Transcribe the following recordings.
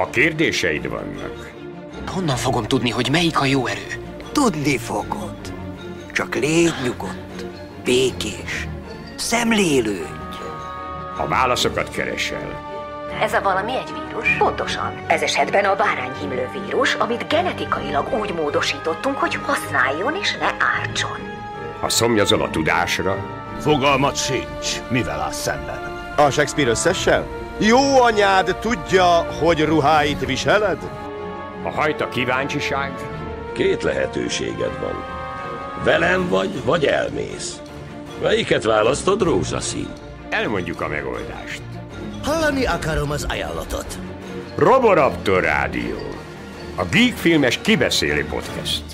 Ha kérdéseid vannak... Honnan fogom tudni, hogy melyik a jó erő? Tudni fogod. Csak légy nyugodt, békés, szemlélődj. A válaszokat keresel. Ez a valami egy vírus? Pontosan. Ez esetben a bárányhimlő vírus, amit genetikailag úgy módosítottunk, hogy használjon és ne ártson. Ha szomjazol a tudásra... Fogalmat sincs, mivel áll szemben. A Shakespeare összessel? Jó anyád tudja, hogy ruháit viseled? Ha hajt a kíváncsiság... Két lehetőséged van. Velem vagy elmész. Melyiket választod, rózsaszín? Elmondjuk a megoldást. Hallani akarom az ajánlatot. Roboraptor Rádió. A Geek Filmes kibeszélő podcast.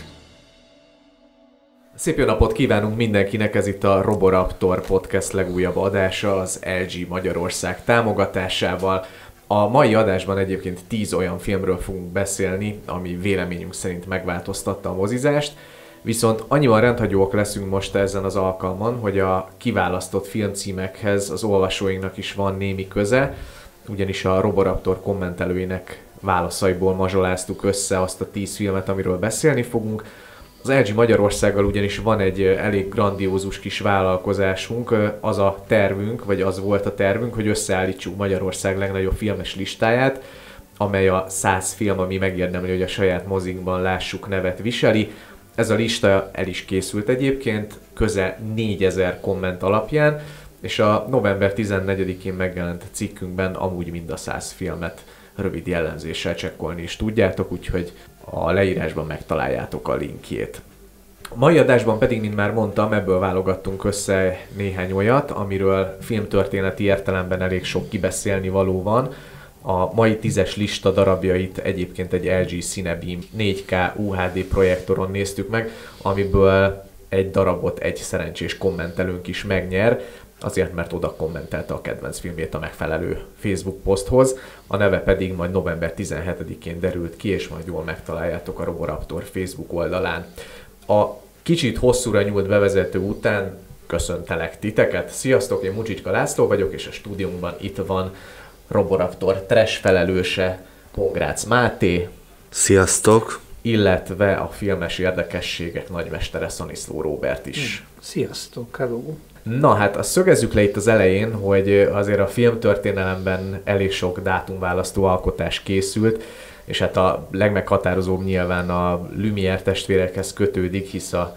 Szép jó napot kívánunk mindenkinek, ez itt a Roboraptor podcast legújabb adása az LG Magyarország támogatásával. A mai adásban egyébként 10 olyan filmről fogunk beszélni, ami véleményünk szerint megváltoztatta a mozizást, viszont annyiban rendhagyóak leszünk most ezen az alkalman, hogy a kiválasztott filmcímekhez az olvasóinknak is van némi köze, ugyanis a Roboraptor kommentelőinek válaszaiból mazsoláztuk össze azt a 10 filmet, amiről beszélni fogunk. Az LG Magyarországgal ugyanis van egy elég grandiózus kis vállalkozásunk, az a tervünk, vagy az volt a tervünk, hogy összeállítsuk Magyarország legnagyobb filmes listáját, amely a 100 film, ami megérdemli, hogy a saját mozinkban lássuk nevet viseli. Ez a lista el is készült egyébként, közel 4000 komment alapján, és a november 14-én megjelent cikkünkben amúgy mind a 100 filmet rövid jellemzéssel csekkolni is tudjátok, úgyhogy a leírásban megtaláljátok a linkjét. A mai adásban pedig, mint már mondtam, ebből válogattunk össze néhány olyat, amiről filmtörténeti értelemben elég sok kibeszélni való van. A mai 10-es lista darabjait egyébként egy LG Cinebeam 4K UHD projektoron néztük meg, amiből egy darabot egy szerencsés kommentelőnk is megnyer, azért, mert oda kommentelte a kedvenc filmjét a megfelelő Facebook poszthoz, a neve pedig majd november 17-én derült ki, és majd jól megtaláljátok a Roboraptor Facebook oldalán. A kicsit hosszúra nyúlt bevezető után köszöntelek titeket. Sziasztok, én Mucsicska László vagyok, és a stúdiónkban itt van Roboraptor trash felelőse, Pongrácz Máté. Sziasztok! Illetve a filmes érdekességek nagymestere Szaniszló Róbert is. Sziasztok, hello! Na hát azt szögezzük le itt az elején, hogy azért a filmtörténelemben elég sok dátumválasztó alkotás készült, és hát a legmeghatározóbb nyilván a Lumière testvérekhez kötődik, hisz az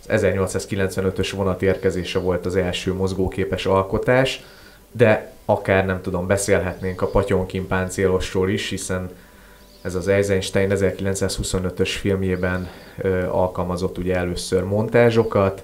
1895-ös vonatérkezése volt az első mozgóképes alkotás, de akár nem tudom, beszélhetnénk a Potyomkin páncélosról is, hiszen ez az Eisenstein 1925-ös filmjében alkalmazott ugye először montázsokat,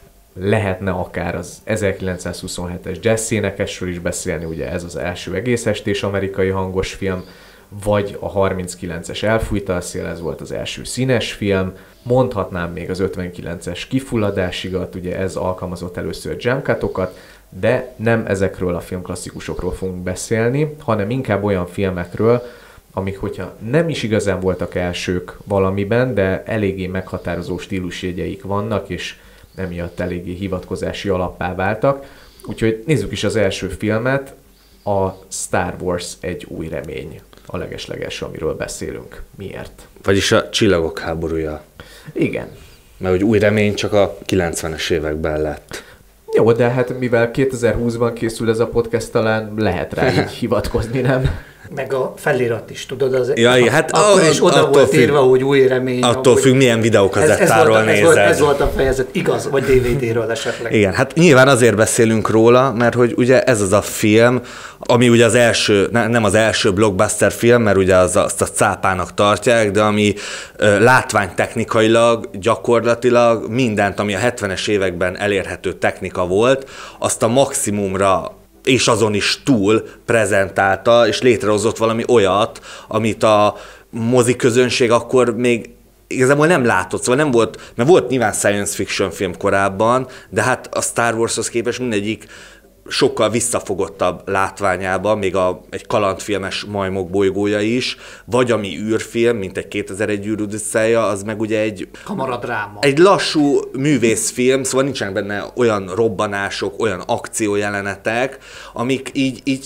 lehetne akár az 1927-es jazz énekesről is beszélni, ugye ez az első egész estés amerikai hangos film, vagy a 39-es Elfújta a szél, ez volt az első színes film, mondhatnám még az 59-es Kifulladásigat, ugye ez alkalmazott először jump cutokat, de nem ezekről a filmklasszikusokról fogunk beszélni, hanem inkább olyan filmekről, amik, hogyha nem is igazán voltak elsők valamiben, de eléggé meghatározó stílusjegyeik vannak, és emiatt eléggé hivatkozási alappá váltak. Úgyhogy nézzük is az első filmet, a Star Wars egy új remény, a legesleges, amiről beszélünk. Miért? Vagyis a Csillagok háborúja. Igen. Mert hogy új remény csak a 90-es években lett. Jó, de hát mivel 2020-ban készül ez a podcast, talán lehet rá így hivatkozni, nem? Meg a felirat is, tudod, az hát akkor is oda volt írva, hogy új remény. Attól függ, milyen videókazettáról nézed. Ez volt a fejezet, igaz, vagy DVD-ről esetleg. Igen, hát nyilván azért beszélünk róla, mert hogy ugye ez az a film, ami ugye az első, nem az első blockbuster film, mert ugye azt a cápának tartják, de ami látványtechnikailag, gyakorlatilag mindent, ami a 70-es években elérhető technika volt, azt a maximumra és azon is túl prezentálta, és létrehozott valami olyat, amit a moziközönség akkor még igazából nem látott, szóval nem volt, mert volt nyilván science fiction film korábban, de hát a Star Warshoz képest mindegyik sokkal visszafogottabb látványában, még egy kalandfilmes Majmok bolygója is, vagy ami űrfilm, mint egy 2001 űr Odüsszeja, az meg ugye egy kamaradráma. Egy lassú művészfilm, szóval nincsenek benne olyan robbanások, olyan akciójelenetek, amik így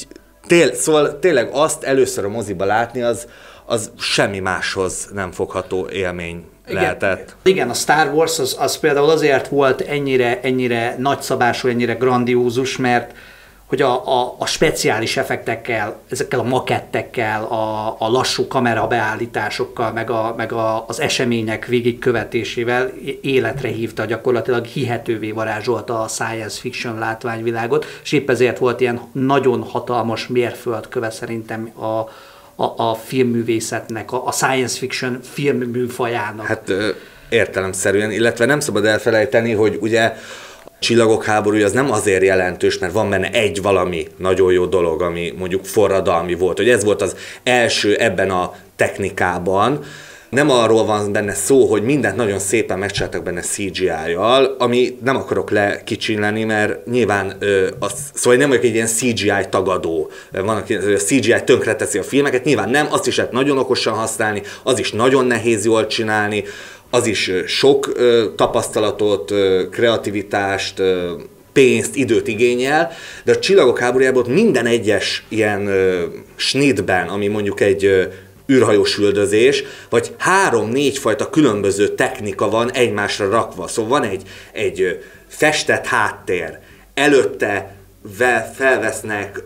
Szóval tényleg azt először a moziba látni, az semmi máshoz nem fogható élmény lehetett. Igen, a Star Wars az például azért volt ennyire nagyszabású, ennyire grandiózus, mert hogy a speciális effektekkel, ezekkel a makettekkel, a lassú kamerabeállításokkal, meg az események végigkövetésével életre hívta, gyakorlatilag hihetővé varázsolta a science fiction látványvilágot, és épp ezért volt ilyen nagyon hatalmas mérföldköve szerintem a filmművészetnek, a science fiction filmműfajának. Hát értelemszerűen, illetve nem szabad elfelejteni, hogy ugye Csillagok háborúja az nem azért jelentős, mert van benne egy valami nagyon jó dolog, ami mondjuk forradalmi volt, hogy ez volt az első ebben a technikában. Nem arról van benne szó, hogy mindent nagyon szépen megcsináltak benne CGI-jal, ami nem akarok lekicsinleni, mert nyilván szóval nem vagyok egy ilyen CGI tagadó. Van, aki a CGI tönkreteszi a filmeket, nyilván nem, azt is lehet nagyon okosan használni, az is nagyon nehéz jól csinálni, az is sok tapasztalatot, kreativitást, pénzt, időt igényel, de a Csillagok háborújában minden egyes ilyen snitben, ami mondjuk egy űrhajós üldözés, vagy 3-4 fajta különböző technika van egymásra rakva. Szóval van egy festett háttér, előtte felvesznek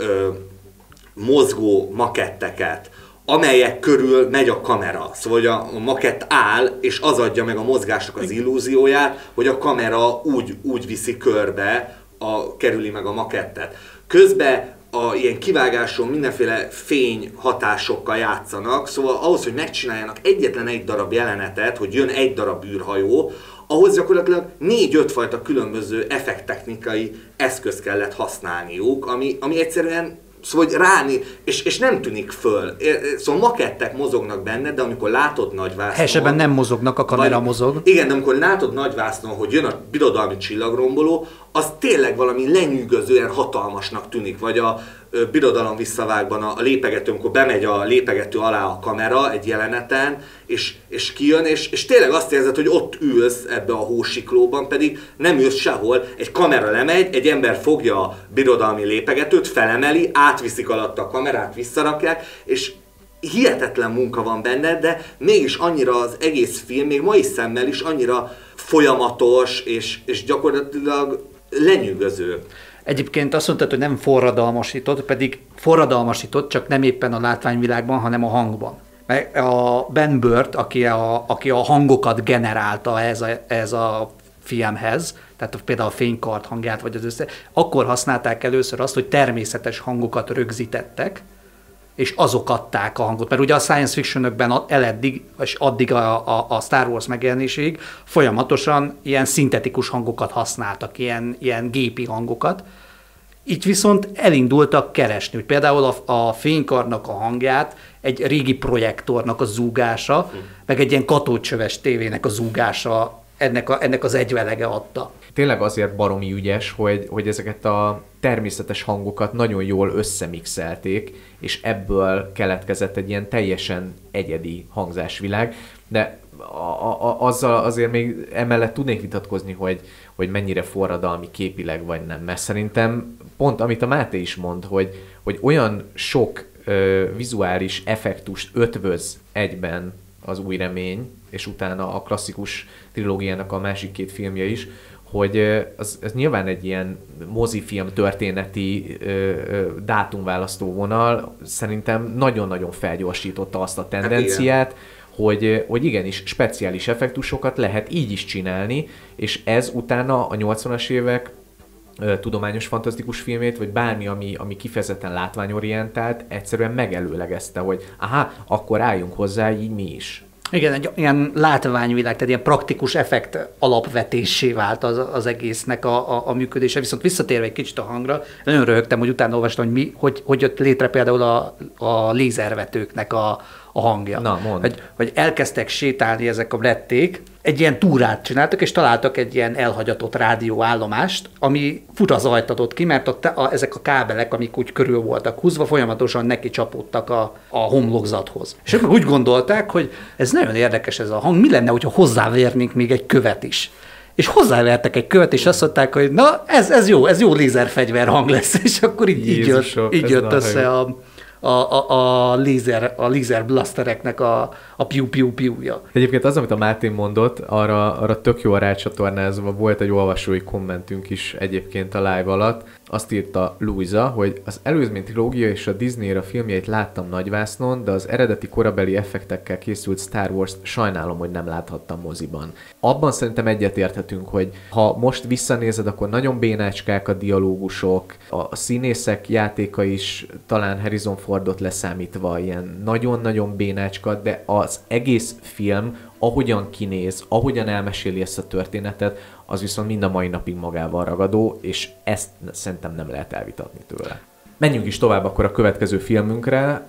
mozgó maketteket, amelyek körül megy a kamera. Szóval hogy a makett áll, és az adja meg a mozgásnak az illúzióját, hogy a kamera úgy viszi körbe, kerüli meg a makettet. Közben ilyen kivágáson mindenféle fény hatásokkal játszanak, szóval ahhoz, hogy megcsináljanak egyetlen egy darab jelenetet, hogy jön egy darab űrhajó, ahhoz gyakorlatilag 4-5 fajta különböző effekttechnikai eszközt kellett használniuk, ami egyszerűen szóval hogy ráni, és nem tűnik föl. Szóval makettek mozognak benne, de amikor látod nagyvásznon... Helyesebben nem mozognak, a kamera mozog. Igen, de amikor látod nagyvásznon, hogy jön a birodalmi csillagromboló, az tényleg valami lenyűgözően hatalmasnak tűnik. Vagy a Birodalom visszavágban a lépegető, amikor bemegy a lépegető alá a kamera egy jeleneten, és kijön, és tényleg azt érzed, hogy ott ülsz ebbe a hósiklóban, pedig nem ülsz sehol, egy kamera lemegy, egy ember fogja a birodalmi lépegetőt, felemeli, átviszik alatta a kamerát, visszarakják, és hihetetlen munka van benne, de mégis annyira az egész film, még mai szemmel is annyira folyamatos, és gyakorlatilag lenyűgöző. Egyébként azt mondtad, hogy nem forradalmasított, pedig forradalmasított, csak nem éppen a látványvilágban, hanem a hangban. Mert a Ben Burt, aki a hangokat generálta ez a filmhez, tehát például a fénykard hangját, vagy akkor használták először azt, hogy természetes hangokat rögzítettek, és azok adták a hangot. Mert ugye a science fictionökben eleddig, és addig a Star Wars megjelenéséig folyamatosan ilyen szintetikus hangokat használtak, ilyen gépi hangokat. Így viszont elindultak keresni, hogy például a fénykarnak a hangját egy régi projektornak a zúgása, meg egy ilyen katócsöves tévének a zúgása ennek az egyvelege adta. Tényleg azért baromi ügyes, hogy ezeket a természetes hangokat nagyon jól összemixelték, és ebből keletkezett egy ilyen teljesen egyedi hangzásvilág, de azzal azért még emellett tudnék vitatkozni, hogy mennyire forradalmi képileg vagy nem, mert szerintem pont amit a Máté is mond, hogy olyan sok vizuális effektust ötvöz egyben az Új remény, és utána a klasszikus trilógiának a másik 2 filmje is, hogy az nyilván egy ilyen mozifilm történeti dátumválasztó vonal, szerintem nagyon-nagyon felgyorsította azt a tendenciát, hogy igenis speciális effektusokat lehet így is csinálni, és ez utána a 80-as évek tudományos fantasztikus filmét, vagy bármi, ami kifejezetten látványorientált, egyszerűen megelőlegezte, hogy akkor álljunk hozzá így mi is. Igen, egy ilyen látványvilág, tehát ilyen praktikus effekt alapvetésé vált az egésznek a működése. Viszont visszatérve egy kicsit a hangra, nagyon röhögtem, hogy utána olvastam, hogy jött létre például a lézervetőknek a hangja. Na, mondd. Hogy elkezdtek sétálni ezek a brették, egy ilyen túrát csináltak, és találtak egy ilyen elhagyatott rádióállomást, ami furazajt adott ki, mert ezek a kábelek, amik úgy körül voltak húzva, folyamatosan neki csapódtak a homlokzathoz. És ők úgy gondolták, hogy ez nagyon érdekes ez a hang, mi lenne, hogyha hozzávérnénk még egy követ is. és hozzávertek egy követ, és azt mondták, hogy na, ez jó lézerfegyver hang lesz, és akkor így jött össze a lézer blastereknek a piu-piu-piuja. Egyébként az, amit a Máté mondott, arra tök jó rácsatornázva volt egy olvasói kommentünk is egyébként a live alatt. Azt írta Luisa, hogy az előzmény trilógia és a Disney-ra filmjeit láttam nagyvásznon, de az eredeti korabeli effektekkel készült Star Wars-t sajnálom, hogy nem láthattam moziban. Abban szerintem egyetérthetünk, hogy ha most visszanézed, akkor nagyon bénácskák a dialógusok, a színészek játéka is talán Harrison Fordot leszámítva ilyen nagyon-nagyon bénácska, de az egész film, ahogyan kinéz, ahogyan elmeséli ezt a történetet, az viszont mind a mai napig magával ragadó, és ezt szerintem nem lehet elvitatni tőle. Menjünk is tovább akkor a következő filmünkre.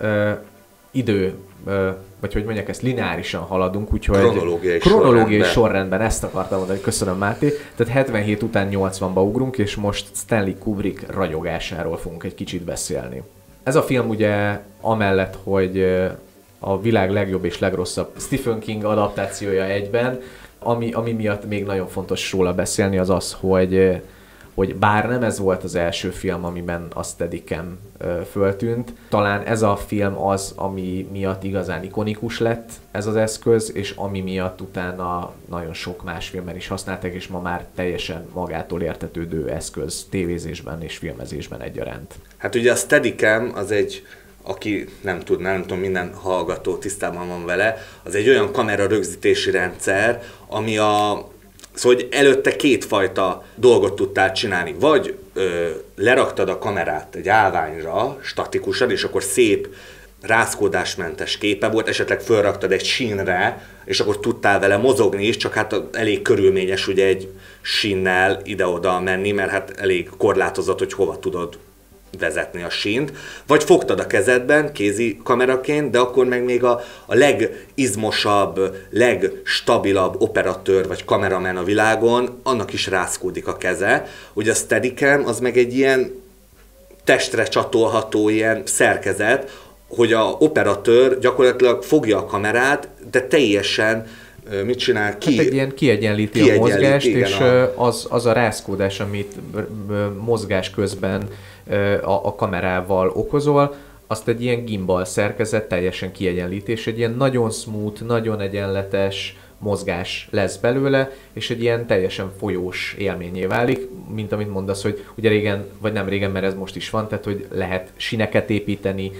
Vagy hogy mondják, ezt lineárisan haladunk, úgyhogy kronológiai sorrendben ezt akartam mondani, köszönöm Máté. Tehát 77 után 80-ba ugrunk, és most Stanley Kubrick ragyogásáról fogunk egy kicsit beszélni. Ez a film ugye amellett, hogy a világ legjobb és legrosszabb Stephen King adaptációja egyben, ami miatt még nagyon fontos róla beszélni, az az, hogy bár nem ez volt az első film, amiben a Steadicam föltűnt, talán ez a film az, ami miatt igazán ikonikus lett ez az eszköz, és ami miatt utána nagyon sok más filmben is használták, és ma már teljesen magától értetődő eszköz tévézésben és filmezésben egyaránt. Hát ugye a Steadicam az egy, aki nem tudom, minden hallgató tisztában van vele, az egy olyan kamera rögzítési rendszer, ami szóval, hogy előtte kétfajta dolgot tudtál csinálni. Vagy leraktad a kamerát egy állványra, statikusan, és akkor szép, rázkódásmentes képe volt, esetleg fölraktad egy sínre, és akkor tudtál vele mozogni is, csak hát elég körülményes ugye egy sínnel ide-oda menni, mert hát elég korlátozott, hogy hova tudod vezetni a sínt, vagy fogtad a kezedben kézi kameraként, de akkor meg még a legizmosabb, legstabilabb operatőr vagy kameramen a világon, annak is rázkódik a keze. Ugye a Steadicam az meg egy ilyen testre csatolható ilyen szerkezet, hogy a operatőr gyakorlatilag fogja a kamerát, de teljesen mit csinál? Hát egy ilyen kiegyenlíti a mozgást, és az a rázkódás, amit mozgás közben a kamerával okozol, azt egy ilyen gimbal szerkezet teljesen kiegyenlíti, és egy ilyen nagyon smooth, nagyon egyenletes mozgás lesz belőle, és egy ilyen teljesen folyós élményé válik, mint amit mondasz, hogy ugye régen, vagy nem régen, mert ez most is van, tehát hogy lehet sineket építeni,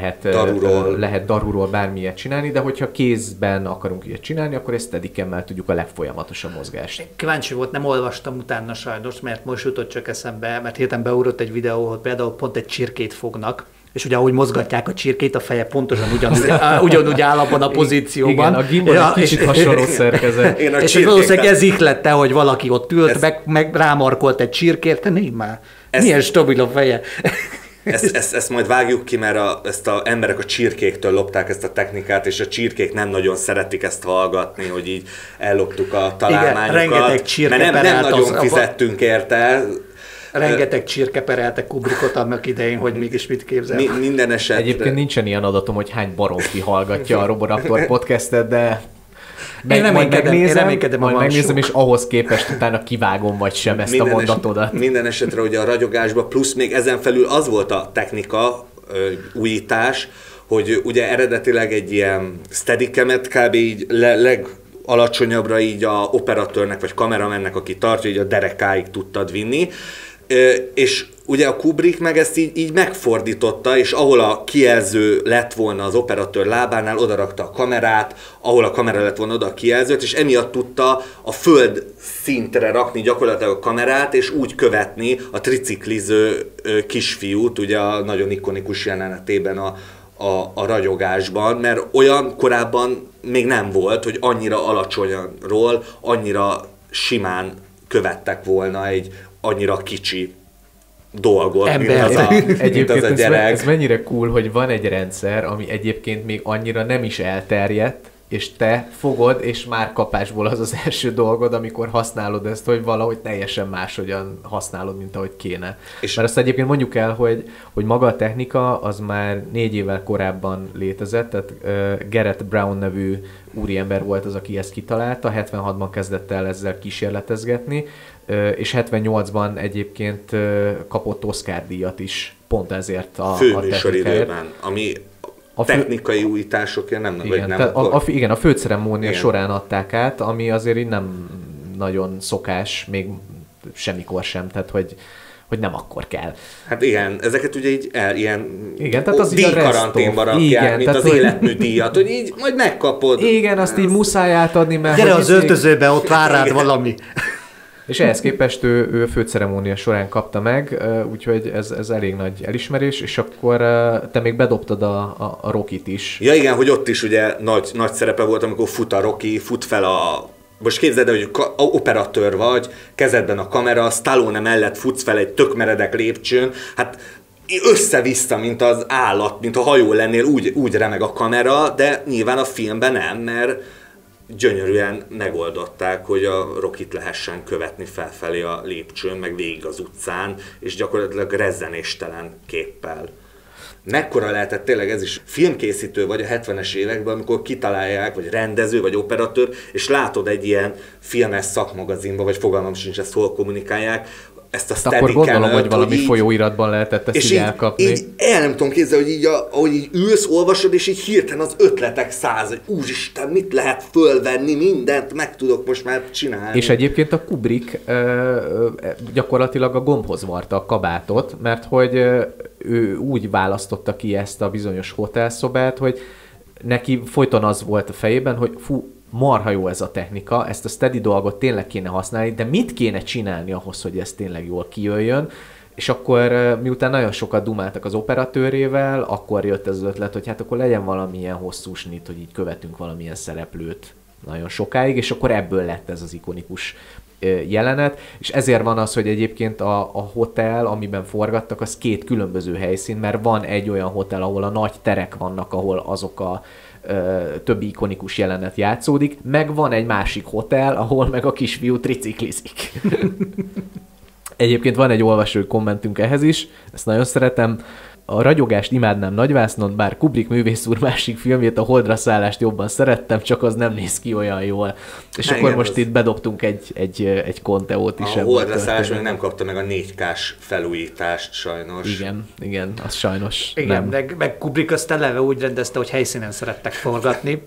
lehet darúról bármilyet csinálni, de hogyha kézben akarunk ilyet csinálni, akkor ezt Steadicam-mel tudjuk a legfolyamatosabb mozgást. Kíváncsi volt, nem olvastam utána sajnos, mert most jutott csak eszembe, mert héten beugrott egy videó, hogy például pont egy csirkét fognak, és ugye ahogy mozgatják a csirkét, a feje pontosan ugyanúgy áll abban a pozícióban. Igen, a gimbal egy kicsit hasonló szerkezet. És valószínűleg ez ihlette, hogy valaki ott ült, meg rámarkolt egy csirkét, te négy már, milyen stabil a feje. Ezt majd vágjuk ki, mert ezt az emberek a csirkéktől lopták ezt a technikát, és a csirkék nem nagyon szeretik ezt hallgatni, hogy így elloptuk a találmányokat. Igen, rengeteg csirke mert nem nagyon fizettünk érte. Rengeteg csirke perelte Kubrickot annak idején, hogy mégis mit képzel. Minden esetre. Egyébként nincsen ilyen adatom, hogy hány baromfi hallgatja a Roboraptor podcastet, de megnézem, és ahhoz képest utána kivágom vagy sem ezt a mondatodat. Minden esetre ugye a ragyogásban, plusz még ezen felül az volt a technika újítás, hogy ugye eredetileg egy ilyen Steadicamet kb. Így legalacsonyabbra így a operatőrnek vagy kameramennek, aki tartja, így a derekáig tudtad vinni, és ugye a Kubrick meg ezt így megfordította, és ahol a kijelző lett volna az operatőr lábánál, odarakta a kamerát, ahol a kamera lett volna, oda a kijelzőt, és emiatt tudta a föld szintre rakni gyakorlatilag a kamerát, és úgy követni a tricikliző kisfiút, ugye a nagyon ikonikus jelenetében a ragyogásban, mert olyan korábban még nem volt, hogy annyira alacsonyról, annyira simán követtek volna egy annyira kicsi dolgot, mint az a gyerek. Ez mennyire cool, hogy van egy rendszer, ami egyébként még annyira nem is elterjedt, és te fogod, és már kapásból az első dolgod, amikor használod ezt, hogy valahogy teljesen máshogyan használod, mint ahogy kéne. Mert azt egyébként mondjuk el, hogy maga a technika az már 4 évvel korábban létezett, tehát Garrett Brown nevű úriember volt az, aki ezt kitalálta, 76-ban kezdett el ezzel kísérletezgetni, és 78-ban egyébként kapott Oscar-díjat is, pont ezért a főműsoridőben, ami a technikai újításokért nem, igen, vagy nem. Igen, a főceremónia során adták át, ami azért így nem nagyon szokás, még semmikor sem, tehát hogy nem akkor kell. Hát igen, ezeket ugye így ilyen díjkaranténba rakják, mint az életműdíjat, hogy így majd megkapod. Igen, azt így muszáj átadni, mert... Gyere az öltözőbe, ott vár rád valami. És ehhez képest ő főceremónia során kapta meg, úgyhogy ez elég nagy elismerés, és akkor te még bedobtad a Rocky-t is. Ja igen, hogy ott is ugye nagy szerepe volt, amikor fut a Rocky, fut fel a... Most képzeld el, hogy operatőr vagy, kezedben a kamera, Stallone mellett futsz fel egy tök meredek lépcsőn, hát össze-vissza, mint az állat, mint a hajó lennél, úgy remeg a kamera, de nyilván a filmben nem, mert gyönyörűen megoldották, hogy a Rockit lehessen követni felfelé a lépcsőn, meg végig az utcán, és gyakorlatilag rezzenéstelen képpel. Mekkora lehetett tényleg ez is filmkészítő vagy a 70-es években, amikor kitalálják, vagy rendező, vagy operatőr, és látod egy ilyen filmes szakmagazinban, vagy fogalmam sincs, ezt hol kommunikálják, ezt a Steadicam-et, akkor gondolom, hogy valami folyóiratban lehetett ezt így elkapni. Így el nem tudom képzelni, hogy így, ahogy így ülsz, olvasod, és így hirtelen az ötletek száz, hogy úristen, mit lehet fölvenni, mindent meg tudok most már csinálni. És egyébként a Kubrick gyakorlatilag a gombhoz varta a kabátot, mert hogy ő úgy választotta ki ezt a bizonyos hotelszobát, hogy neki folyton az volt a fejében, hogy marha jó ez a technika, ezt a steady dolgot tényleg kéne használni, de mit kéne csinálni ahhoz, hogy ez tényleg jól kijöjjön, és akkor miután nagyon sokat dumáltak az operatőrével, akkor jött ez az ötlet, hogy hát akkor legyen valamilyen hosszú snit, hogy így követünk valamilyen szereplőt nagyon sokáig, és akkor ebből lett ez az ikonikus jelenet, és ezért van az, hogy egyébként a hotel, amiben forgattak, az 2 különböző helyszín, mert van egy olyan hotel, ahol a nagy terek vannak, ahol azok a többi ikonikus jelenet játszódik, meg van egy másik hotel, ahol meg a kisfiú triciklizik. Egyébként van egy olvasói kommentünk ehhez is, ezt nagyon szeretem. A ragyogást imádnám nagyvásznon, bár Kubrick művész úr másik filmjét, a Holdra szállást jobban szerettem, csak az nem néz ki olyan jól. És akkor most itt bedobtunk egy konteót is. A Holdra szállás még nem kapta meg a 4K-s felújítást sajnos. Igen, az sajnos igen, nem. Meg Kubrick azt eleve úgy rendezte, hogy helyszínen szerettek forgatni,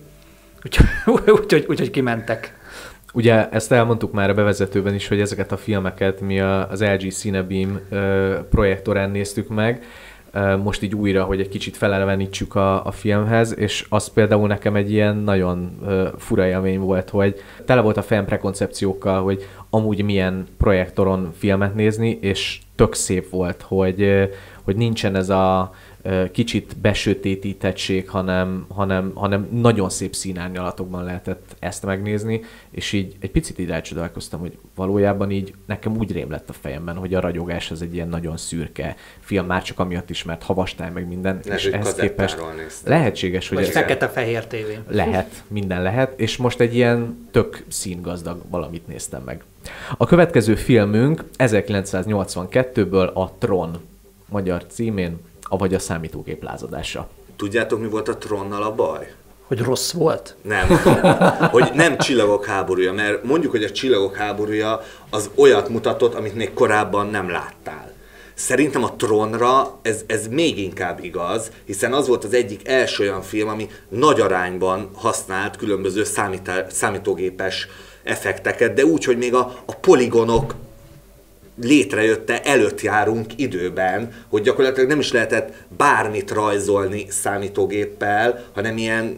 úgyhogy kimentek. Ugye ezt elmondtuk már a bevezetőben is, hogy ezeket a filmeket mi az LG Cinebeam projektorán néztük meg, most így újra, hogy egy kicsit felelevenítsük a filmhez, és az például nekem egy ilyen nagyon fura élmény volt, hogy tele volt a fejem prekoncepciókkal, hogy amúgy milyen projektoron filmet nézni, és tök szép volt, hogy nincsen ez a kicsit besötétítettség, hanem nagyon szép színárnyalatokban lehetett ezt megnézni, és így egy picit így elcsodálkoztam, hogy valójában így nekem úgy rém lett a fejemben, hogy a ragyogás az egy ilyen nagyon szürke film, már csak amiatt is, mert havastály meg minden, lehet, és ehhez képest lehetséges, hogy... Vagy fekete-fehér tévén. Lehet, minden lehet, és most egy ilyen tök színgazdag valamit néztem meg. A következő filmünk 1982-ből a Tron magyar címén, avagy a számítógép lázadása. Tudjátok, mi volt a Tronnal a baj? Hogy rossz volt? Nem. Hogy nem Csillagok háborúja, mert mondjuk, hogy a Csillagok háborúja az olyat mutatott, amit még korábban nem láttál. Szerintem a Tronra ez még inkább igaz, hiszen az volt az egyik első olyan film, ami nagy arányban használt különböző számítógépes effekteket, de úgy, hogy még a poligonok létrejötte előtt járunk időben, hogy gyakorlatilag nem is lehetett bármit rajzolni számítógéppel, hanem ilyen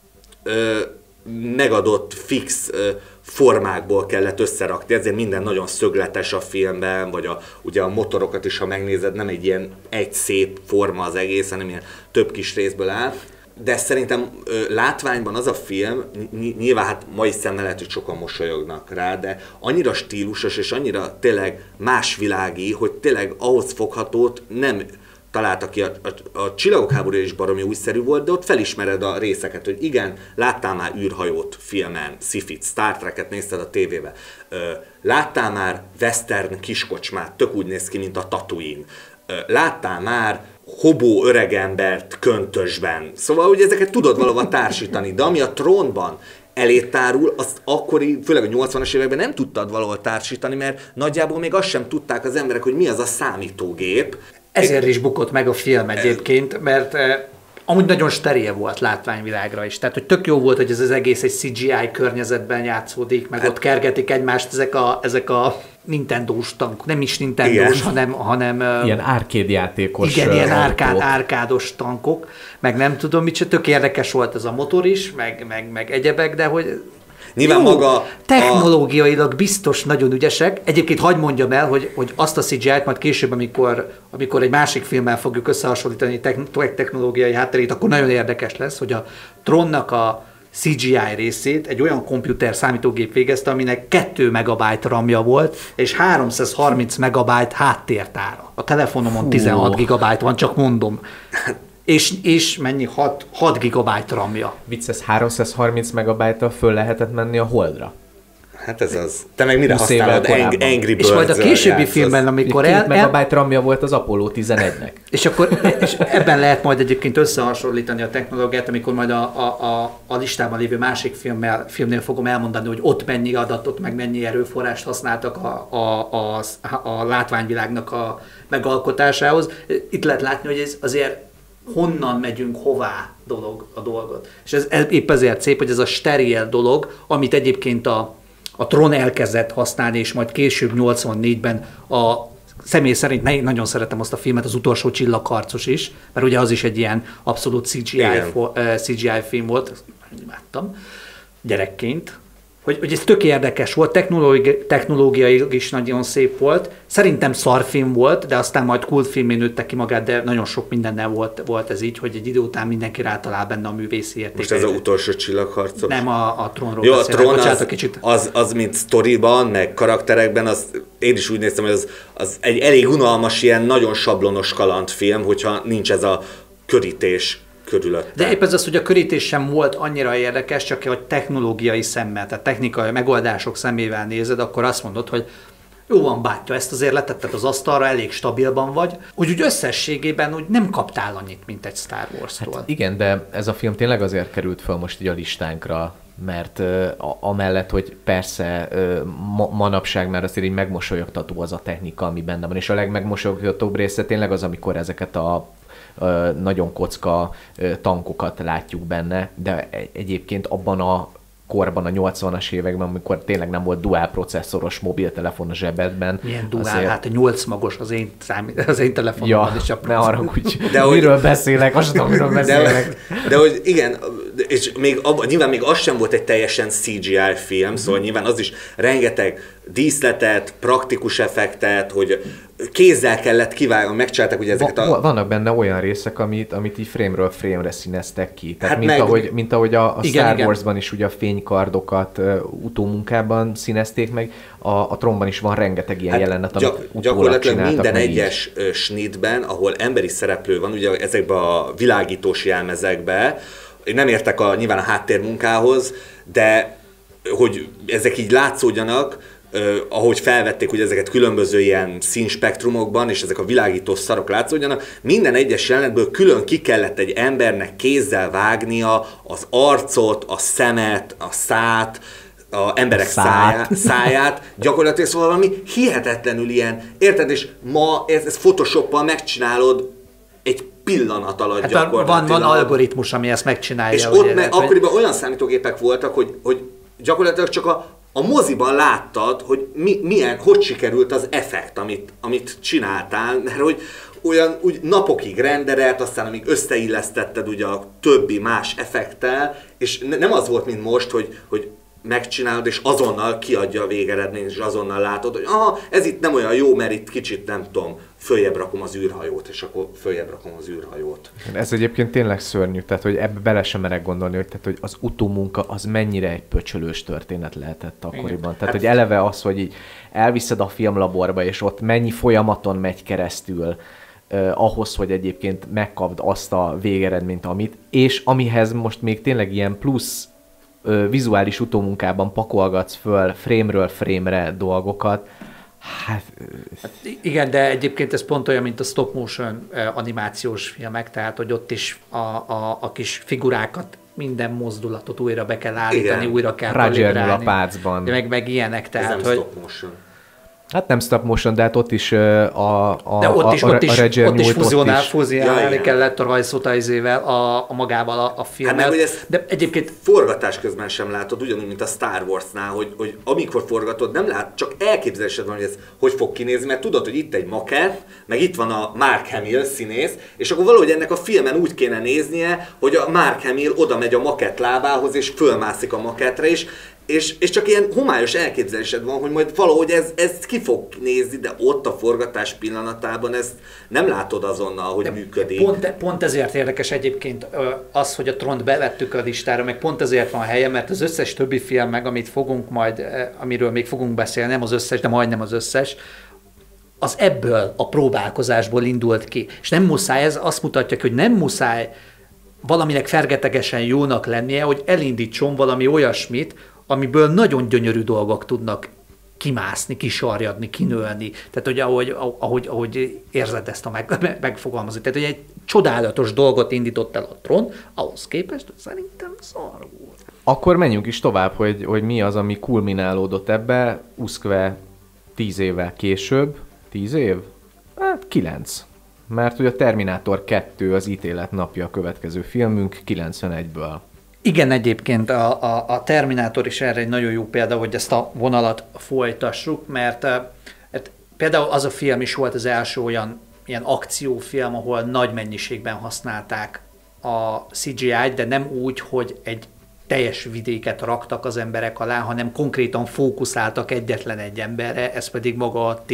megadott fix formákból kellett összerakni, ezért minden nagyon szögletes a filmben, vagy ugye a motorokat is, ha megnézed, nem egy ilyen egy szép forma az egész, hanem ilyen több kis részből áll. De szerintem látványban az a film, nyilván hát mai szemmel lehet, hogy sokan mosolyognak rá, de annyira stílusos és annyira tényleg másvilági, hogy tényleg ahhoz foghatót nem találtak ki. A Csillagok háborúja is baromi újszerű volt, de ott felismered a részeket, hogy igen, láttál már űrhajót filmen, sci-fit, Star Trek-et nézted a tévébe, láttál már western kiskocsmát, tök úgy néz ki, mint a Tatooine, láttál már hobó öregembert köntösben. Szóval, hogy ezeket tudod valahova társítani, de ami a Trónban elét tárul, azt akkori, főleg a 80-as években nem tudtad valahol társítani, mert nagyjából még azt sem tudták az emberek, hogy mi az a számítógép. Ezért is bukott meg a film egyébként, mert amúgy nagyon steril volt látványvilágra is. Tehát, hogy tök jó volt, hogy ez az egész egy CGI környezetben játszódik, meg ott kergetik egymást ezek a Nintendo-s tankok, nem is Nintendo-s, hanem ilyen árkédjátékos. Igen, ilyen árkádos tankok, meg nem tudom mit, tök érdekes volt ez a motor is, meg egyebek, de hogy nyilván jó, maga technológiailag biztos nagyon ügyesek. Egyébként hagyd mondjam el, hogy azt a CGI-t majd később, amikor egy másik filmmel fogjuk összehasonlítani technológiai hátterét, akkor nagyon érdekes lesz, hogy a Tronnak a CGI részét egy olyan komputer számítógép végezte, aminek 2 megabyte RAM-ja volt, és 330 megabyte háttértára. A telefonomon 16 gigabyte van, csak mondom. És mennyi? 6 gigabyte RAM-ja. Vicces, 330 megabyte-tal föl lehetett menni a Holdra. Hát ez az. Te meg mire használod? Angry Birds-zel és majd a későbbi filmben, amikor 2 megabyte RAM-ja volt az Apollo 11-nek. És akkor és ebben lehet majd egyébként összehasonlítani a technológiát, amikor majd a listában lévő másik filmnél fogom elmondani, hogy ott mennyi adatot, meg mennyi erőforrást használtak a látványvilágnak a megalkotásához. Itt lehet látni, hogy ez azért honnan megyünk, hová a dolgot. És ez épp ezért szép, hogy ez a steril dolog, amit egyébként a Tron elkezdett használni, és majd később 84-ben személy szerint nagyon szeretem azt a filmet, az Utolsó csillagharcos is, mert ugye az is egy ilyen abszolút CGI film volt, imádtam gyerekként. Hogy ez tök érdekes volt, technológiai is nagyon szép volt. Szerintem szarfilm volt, de aztán majd kultfilmé nőtte ki magát, de nagyon sok mindennel volt ez így, hogy egy idő után mindenki rátalál benne a művészi értékre. Most ez az Utolsó csillagharcos? Nem, a Trónról jó, beszélek. A Trón bocsánat, kicsit. Az mint sztoriban, meg karakterekben, én is úgy néztem, hogy az egy elég unalmas, ilyen nagyon sablonos kalandfilm, hogyha nincs ez a körítés körülötte. De épp ez az, hogy a körítés sem volt annyira érdekes, csak hogy technológiai szemmel, tehát technikai megoldások szemével nézed, akkor azt mondod, hogy jó van, bátyja, ezt azért letetted az asztalra, elég stabilban vagy, úgy összességében úgy nem kaptál annyit, mint egy Star Wars-tól. Hát igen, de ez a film tényleg azért került fel most így a listánkra, mert amellett, hogy persze manapság már azért így megmosolyogtató az a technika, ami benne van, és a legmegmosolyogtatóbb része tényleg az, amikor ezeket a nagyon kocka tankokat látjuk benne, de egyébként abban a korban, a 80-as években, amikor tényleg nem volt dual processzoros mobiltelefon a zsebedben. Milyen dual? Azért... Hát a 8 magos az én telefonomban is a ne haragudj. Miről beszélek? Azt tudom, miről beszélek. De hogy igen, és nyilván még az sem volt egy teljesen CGI film, szóval nyilván az is rengeteg díszletet, praktikus effektet, hogy kézzel kellett kivágni, megcsinálták ugye ezeket Vannak benne olyan részek, amit így frame-ről frame-re színeztek ki. Tehát hát mint ahogy a Star Warsban is ugye a fénykardokat utómunkában színezték meg, a Tronban is van rengeteg ilyen jelenet, amit gyakorlatilag minden egyes snitben, ahol emberi szereplő van, ugye ezekben a világítós jelmezekben, nem értek nyilván a háttérmunkához, de hogy ezek így látszódjanak, ahogy felvették, hogy ezeket különböző ilyen színspektrumokban, és ezek a világító szarok látszódjanak, minden egyes jelenetből külön ki kellett egy embernek kézzel vágnia az arcot, a szemet, a szát, a emberek száját, gyakorlatilag szóval valami hihetetlenül ilyen, érted, és ma ezt Photoshoppal megcsinálod egy pillanat alatt hát gyakorlatilag. Van algoritmus, ami ezt megcsinálja. És ott akkoriban olyan számítógépek voltak, hogy gyakorlatilag csak a moziban láttad, hogy hogy sikerült az effekt, amit csináltál, mert hogy olyan úgy napokig renderelt, aztán amíg összeillesztetted ugye a többi más effekttel, és nem az volt, mint most, hogy megcsinálod, és azonnal kiadja a végeredményt, és azonnal látod, hogy ez itt nem olyan jó, mert itt kicsit nem tudom, följebb rakom az űrhajót, és akkor följebb rakom az űrhajót. Ez egyébként tényleg szörnyű, tehát hogy ebbe bele sem merek gondolni, hogy az utómunka az mennyire egy pöcsölős történet lehetett akkoriban. Tehát, hogy eleve az, hogy így elviszed a filmlaborba, és ott mennyi folyamaton megy keresztül, ahhoz, hogy egyébként megkapd azt a végeredményt, amit, és amihez most még tényleg ilyen plusz vizuális utómunkában pakolgatsz föl frame-ről frame-re dolgokat. Hát igen, de egyébként ez pont olyan, mint a stop motion animációs filmek, tehát hogy ott is a kis figurákat, minden mozdulatot újra be kell állítani, igen. Újra kell kalibrálni. A pácban. Meg ilyenek, tehát ez nem stop motion. Hát nem stop motion, de hát ott is ott is fúzionálni kellett a rajzot a magával a filmmel. Hát de egyébként forgatás közben sem látod, ugyanúgy, mint a Star Warsnál, hogy amikor forgatod, nem lát, csak elképzelésed van, hogy ez hogy fog kinézni, mert tudod, hogy itt egy makett, meg itt van a Mark Hamill színész, és akkor valahogy ennek a filmen úgy kéne néznie, hogy a Mark Hamill oda megy a makett lábához, és fölmászik a makettre, és csak ilyen homályos elképzelésed van, hogy majd valahogy ez ki fog nézni, de ott a forgatás pillanatában ezt nem látod azonnal, hogy de működik. Pont ezért érdekes egyébként az, hogy a Tront bevettük a listára, meg pont ezért van helye, mert az összes többi film meg, amit fogunk majd, amiről még fogunk beszélni, nem az összes, de majdnem az összes, az ebből a próbálkozásból indult ki. És nem muszáj, ez azt mutatja, hogy nem muszáj valaminek fergetegesen jónak lennie, hogy elindítson valami olyasmit, amiből nagyon gyönyörű dolgok tudnak kimászni, kisarjadni, kinőlni. Tehát, hogy ahogy érzed ezt a megfogalmazni. Tehát, hogy egy csodálatos dolgot indított el a Tron, ahhoz képest szerintem szar volt. Akkor menjünk is tovább, hogy mi az, ami kulminálódott ebbe, uszkve 10 évvel később. 10 év? Hát 9. Mert ugye a Terminátor 2 az ítélet napja a következő filmünk 91-ből. Igen, egyébként a Terminátor is erre egy nagyon jó példa, hogy ezt a vonalat folytassuk, mert például az a film is volt az első olyan ilyen akciófilm, ahol nagy mennyiségben használták a CGI-t, de nem úgy, hogy egy teljes vidéket raktak az emberek alá, hanem konkrétan fókuszáltak egyetlen egy emberre, ez pedig maga a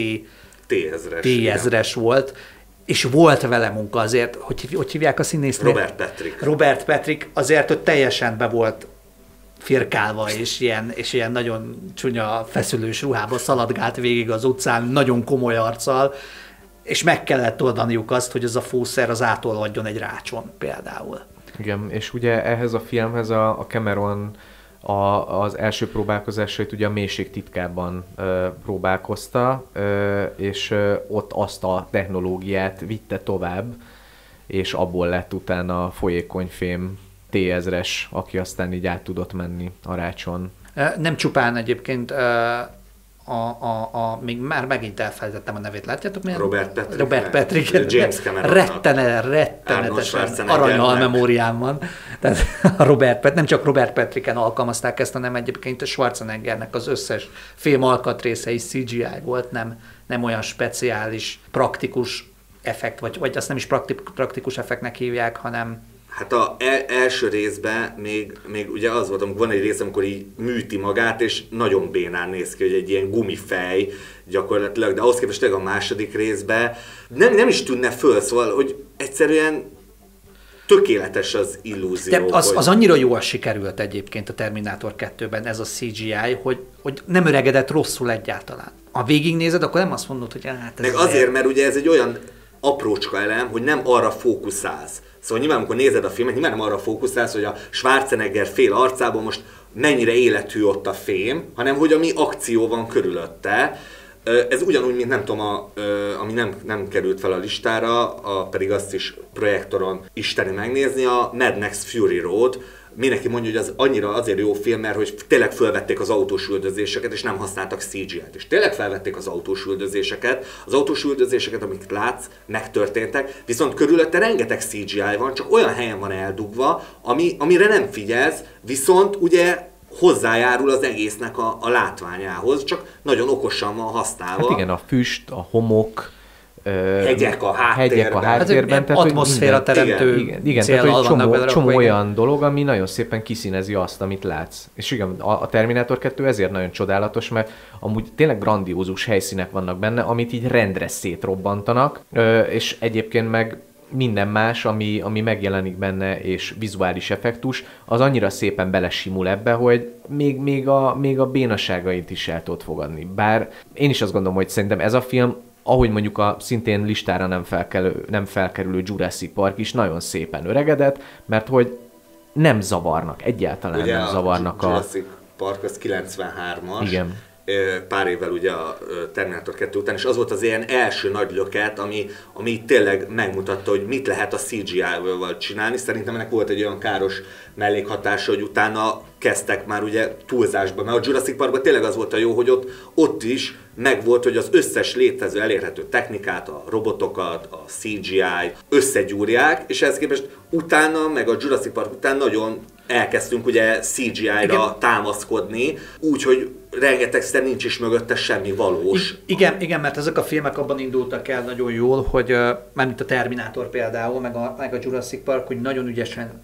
T-1000-es volt. És volt vele munka azért, hogy hívják a színészt? Robert Patrick, azért, hogy teljesen be volt firkálva, és ilyen nagyon csúnya feszülős ruhába szaladgált végig az utcán, nagyon komoly arccal, és meg kellett oldaniuk azt, hogy ez a fószer az átolvadjon egy rácson például. Igen, és ugye ehhez a filmhez a Cameron az első próbálkozásait ugye a Mélység titkában próbálkozta, és ott azt a technológiát vitte tovább, és abból lett utána a folyékony fém T-1000-es, aki aztán így át tudott menni a rácson. Nem csupán egyébként még már megint elfelejtettem a nevét, látjátok milyen? Robert Patrick. James Cameron. Rettenetesen aranyal memóriám van. Tehát a nem csak Robert Patricken alkalmazták ezt, hanem egyébként a Schwarzeneggernek az összes film alkatrésze is CGI volt, nem olyan speciális, praktikus effekt, vagy azt nem is praktikus effektnek hívják, hanem hát az első részben még ugye az volt, amikor van egy rész, amikor így műti magát, és nagyon bénán néz ki, hogy egy ilyen gumifej gyakorlatilag, de ahhoz képest a második részben nem is tűnne föl, szóval, hogy egyszerűen tökéletes az illúzió. De az annyira jól sikerült egyébként a Terminátor 2-ben ez a CGI, hogy nem öregedett rosszul egyáltalán. Ha végignézed, akkor nem azt mondod, hogy hát ez... Meg azért, mert ugye ez egy olyan aprócska elem, hogy nem arra fókuszálsz. Szóval nyilván, amikor nézed a filmet, nyilván nem arra fókuszálsz, hogy a Schwarzenegger fél arcában most mennyire élethű ott a fém, hanem hogy ami akció van körülötte. Ez ugyanúgy, mint nem tudom, ami nem került fel a listára, pedig azt is projektoron isteni megnézni, a Mad Max Fury Road. Mindenki mondja, hogy az annyira azért jó film, mert hogy tényleg felvették az autós üldözéseket, és nem használtak CGI-t. És tényleg felvették az autós üldözéseket, amiket látsz, megtörténtek, viszont körülötte rengeteg CGI van, csak olyan helyen van eldugva, amire nem figyelsz, viszont ugye hozzájárul az egésznek a látványához, csak nagyon okosan van használva. Hát igen, a füst, a homok, hegyek a háttérben. Hát, atmoszféra teremtő igen, tehát egy csomó olyan dolog, ami nagyon szépen kiszínezi azt, amit látsz. És igen, a Terminátor 2 ezért nagyon csodálatos, mert amúgy tényleg grandiózus helyszínek vannak benne, amit így rendre szétrobbantanak, és egyébként meg minden más, ami megjelenik benne, és vizuális effektus, az annyira szépen belesimul ebbe, hogy még a bénaságait is el tudod fogadni. Bár én is azt gondolom, hogy szerintem ez a film ahogy mondjuk a szintén listára nem felkerülő Jurassic Park is nagyon szépen öregedett, mert hogy nem zavarnak, egyáltalán ugye nem zavarnak a Jurassic Park az 93-as. Igen. Pár évvel ugye a Terminator 2 után, és az volt az ilyen első nagy löket, ami tényleg megmutatta, hogy mit lehet a CGI-val csinálni. Szerintem ennek volt egy olyan káros mellékhatása, hogy utána kezdtek már ugye túlzásba, mert a Jurassic Parkban tényleg az volt a jó, hogy ott is megvolt, hogy az összes létező elérhető technikát, a robotokat, a CGI összegyúrják, és ehhez képest utána, meg a Jurassic Park után nagyon elkezdtünk ugye CGI-ra támaszkodni, úgyhogy rengetegszer nincs is mögötte semmi valós. Igen, mert ezek a filmek abban indultak el nagyon jól, hogy mármint a Terminator például, meg a Jurassic Park, hogy nagyon ügyesen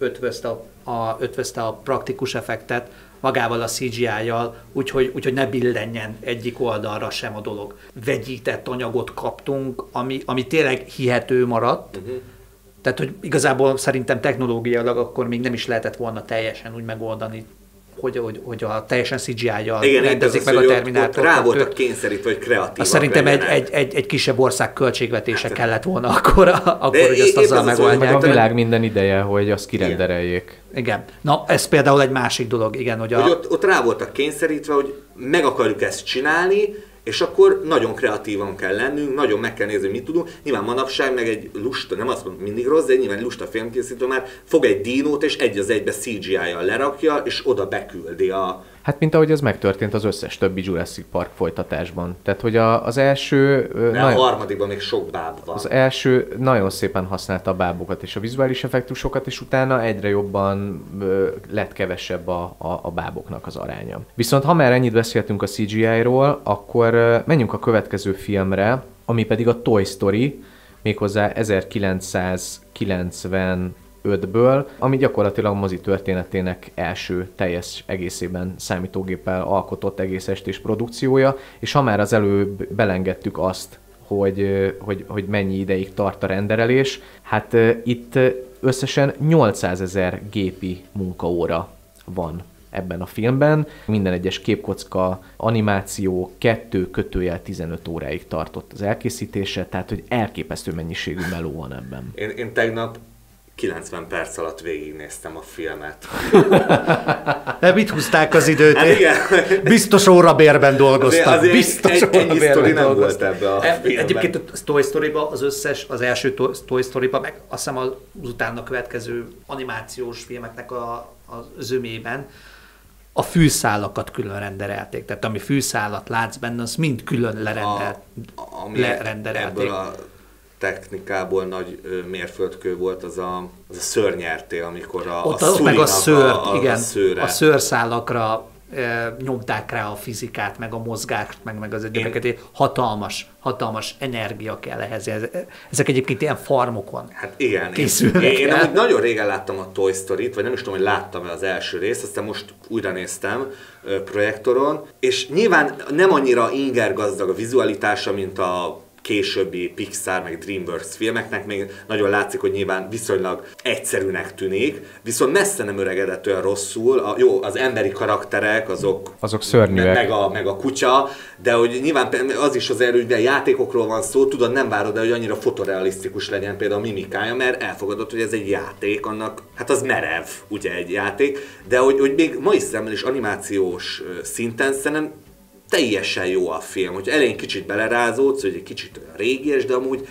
ötvözte a praktikus effektet magával a CGI-jal, úgyhogy ne billenjen egyik oldalra sem a dolog. Vegyített anyagot kaptunk, ami tényleg hihető maradt. Tehát, hogy igazából szerintem technológiailag akkor még nem is lehetett volna teljesen úgy megoldani, hogy a teljesen CGI-jal rendezik meg a Terminátort. Rá voltak kényszerítve, vagy kreatívak. Szerintem egy kisebb ország költségvetése kellett volna akkor hogy azt azzal megoldják. A világ minden ideje, hogy azt kirendereljék. Igen. Na, ez például egy másik dolog, igen. Hogy ott rá voltak kényszerítve, hogy meg akarjuk ezt csinálni, és akkor nagyon kreatívan kell lennünk, nagyon meg kell nézni, hogy mit tudunk. Nyilván manapság meg egy lusta, nem azt mondom mindig rossz, de nyilván egy lusta filmkészítő már fog egy dinót, és egy az egybe CGI-jal lerakja, és oda beküldi a... Hát mint ahogy ez megtörtént az összes többi Jurassic Park folytatásban. Tehát, hogy az első... De a harmadikban még sok báb van. Az első nagyon szépen használta a bábokat és a vizuális effektusokat, és utána egyre jobban lett kevesebb a báboknak az aránya. Viszont ha már ennyit beszéltünk a CGI-ról, akkor menjünk a következő filmre, ami pedig a Toy Story, méghozzá 1995-ből, ami gyakorlatilag a mozi történetének első teljes egészében számítógéppel alkotott egész estés produkciója, és ha már az előbb belengedtük azt, hogy mennyi ideig tart a renderelés, hát itt összesen 800 000 gépi munkaóra van ebben a filmben. Minden egyes képkocka, animáció 2-15 óráig tartott az elkészítése, tehát hogy elképesztő mennyiségű meló van ebben. Én tegnap 90 perc alatt végignéztem a filmet. De mit húzták az időt? Hát igen. Biztos órabérben dolgoztak. Biztos ennyi sztori nem volt ebbe a filmben. Egyébként a Toy Story-ba az első Toy Story-ba, meg azt hiszem az utána következő animációs filmeknek a zömében a fűszálakat külön renderelték. Tehát ami fűszálat látsz benne, az mind külön lerenderelték. Ebből a technikából nagy mérföldkő volt az a szörnyerté, amikor ott meg a szőrt, igen, a szőrszálakra nyomták rá a fizikát, meg a mozgást, meg az egyébként hatalmas energia kell ehhez. Ezek egyébként ilyen farmokon készülnek. Én amúgy nagyon régen láttam a Toy Story-t, vagy nem is tudom, hogy láttam-e az első részt, aztán most újra néztem projektoron, és nyilván nem annyira ingergazdag a vizualitása, mint a későbbi Pixar meg DreamWorks filmeknek, még nagyon látszik, hogy nyilván viszonylag egyszerűnek tűnik, viszont messze nem öregedett olyan rosszul. Az emberi karakterek, azok szörnyűek. Meg a kutya, de hogy nyilván az is az erő, hogy a játékokról van szó, tudod, nem várod el, hogy annyira fotorealisztikus legyen például a mimikája, mert elfogadod, hogy ez egy játék, annak, hát az merev, ugye egy játék, de hogy még mai szemmel is animációs szinten szerintem teljesen jó a film, hogy elején kicsit belerázódsz, hogy egy kicsit olyan régies, de amúgy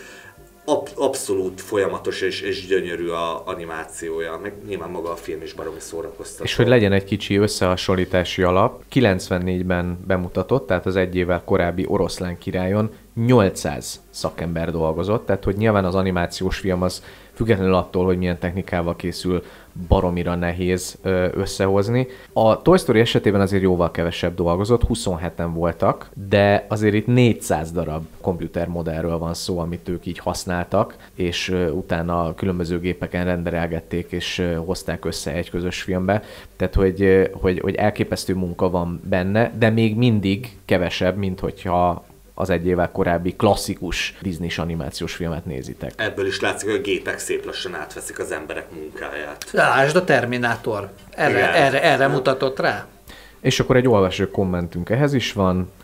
abszolút folyamatos és gyönyörű a animációja, meg nyilván maga a film is baromi szórakoztató. És hogy legyen egy kicsi összehasonlítási alap, 94-ben bemutatott, tehát az egy évvel korábbi Oroszlán királyon 800 szakember dolgozott, tehát hogy nyilván az animációs film az függetlenül attól, hogy milyen technikával készül, baromira nehéz összehozni. A Toy Story esetében azért jóval kevesebb dolgozott, 27-en voltak, de azért itt 400 darab komputermodellről van szó, amit ők így használtak, és utána különböző gépeken renderelgették, és hozták össze egy közös filmbe. Tehát, hogy elképesztő munka van benne, de még mindig kevesebb, mint hogyha az egy évvel korábbi klasszikus Disney-s animációs filmet nézitek. Ebből is látszik, hogy a gépek szép lassan átveszik az emberek munkáját. Lásd a Terminátor. Erre mutatott rá. És akkor egy olvasó kommentünk ehhez is van.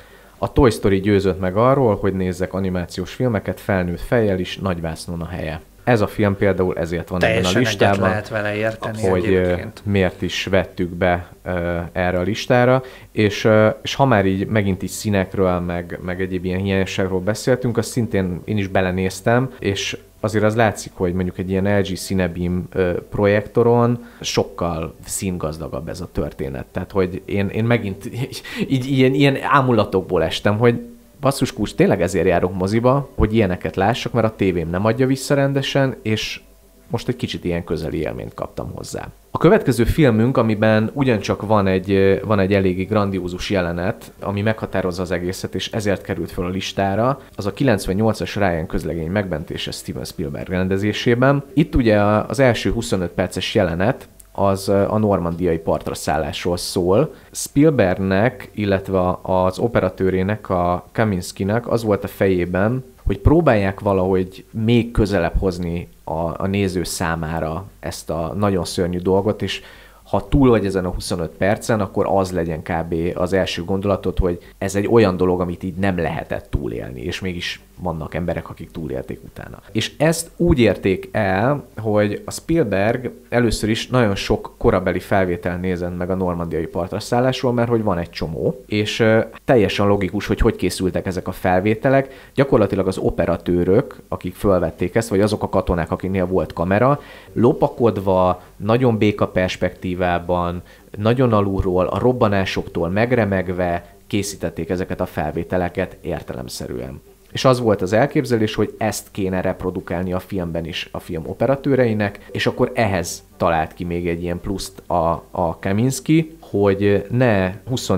A Toy Story győzött meg arról, hogy nézzek animációs filmeket felnőtt fejjel is, nagyvásznon a helye. Ez a film például ezért van ebben a listában, lehet vele érteni, hogy miért is vettük be erre a listára, és ha már így megint így színekről, meg egyéb ilyen hiányosságról beszéltünk, azt szintén én is belenéztem, és azért az látszik, hogy mondjuk egy ilyen LG Cinebeam projektoron sokkal színgazdagabb ez a történet. Tehát, hogy én megint így ilyen ámulatokból estem, hogy basszus kulcs, tényleg ezért járok moziba, hogy ilyeneket lássak, mert a tévém nem adja vissza rendesen, és most egy kicsit ilyen közeli élményt kaptam hozzá. A következő filmünk, amiben ugyancsak van egy eléggé grandiózus jelenet, ami meghatározza az egészet, és ezért került fel a listára, az a 98-as Ryan közlegény megmentése Steven Spielberg rendezésében. Itt ugye az első 25 perces jelenet az a normandiai partra szállásról szól. Spielbergnek, illetve az operatőrének, a Kaminskinek az volt a fejében, hogy próbálják valahogy még közelebb hozni a néző számára ezt a nagyon szörnyű dolgot, és ha túl vagy ezen a 25 percen, akkor az legyen kb. Az első gondolatot, hogy ez egy olyan dolog, amit így nem lehetett túlélni, és mégis vannak emberek, akik túlélték utána. És ezt úgy érték el, hogy a Spielberg először is nagyon sok korabeli felvétel nézett meg a normandiai partra szállásról, mert hogy van egy csomó, és teljesen logikus, hogy készültek ezek a felvételek. Gyakorlatilag az operatőrök, akik fölvették ezt, vagy azok a katonák, akiknél volt kamera, lopakodva, nagyon béka perspektívában, nagyon alulról, a robbanásoktól megremegve készítették ezeket a felvételeket értelemszerűen. És az volt az elképzelés, hogy ezt kéne reprodukálni a filmben is a film operatőreinek, és akkor ehhez talált ki még egy ilyen pluszt a Kaminski, hogy ne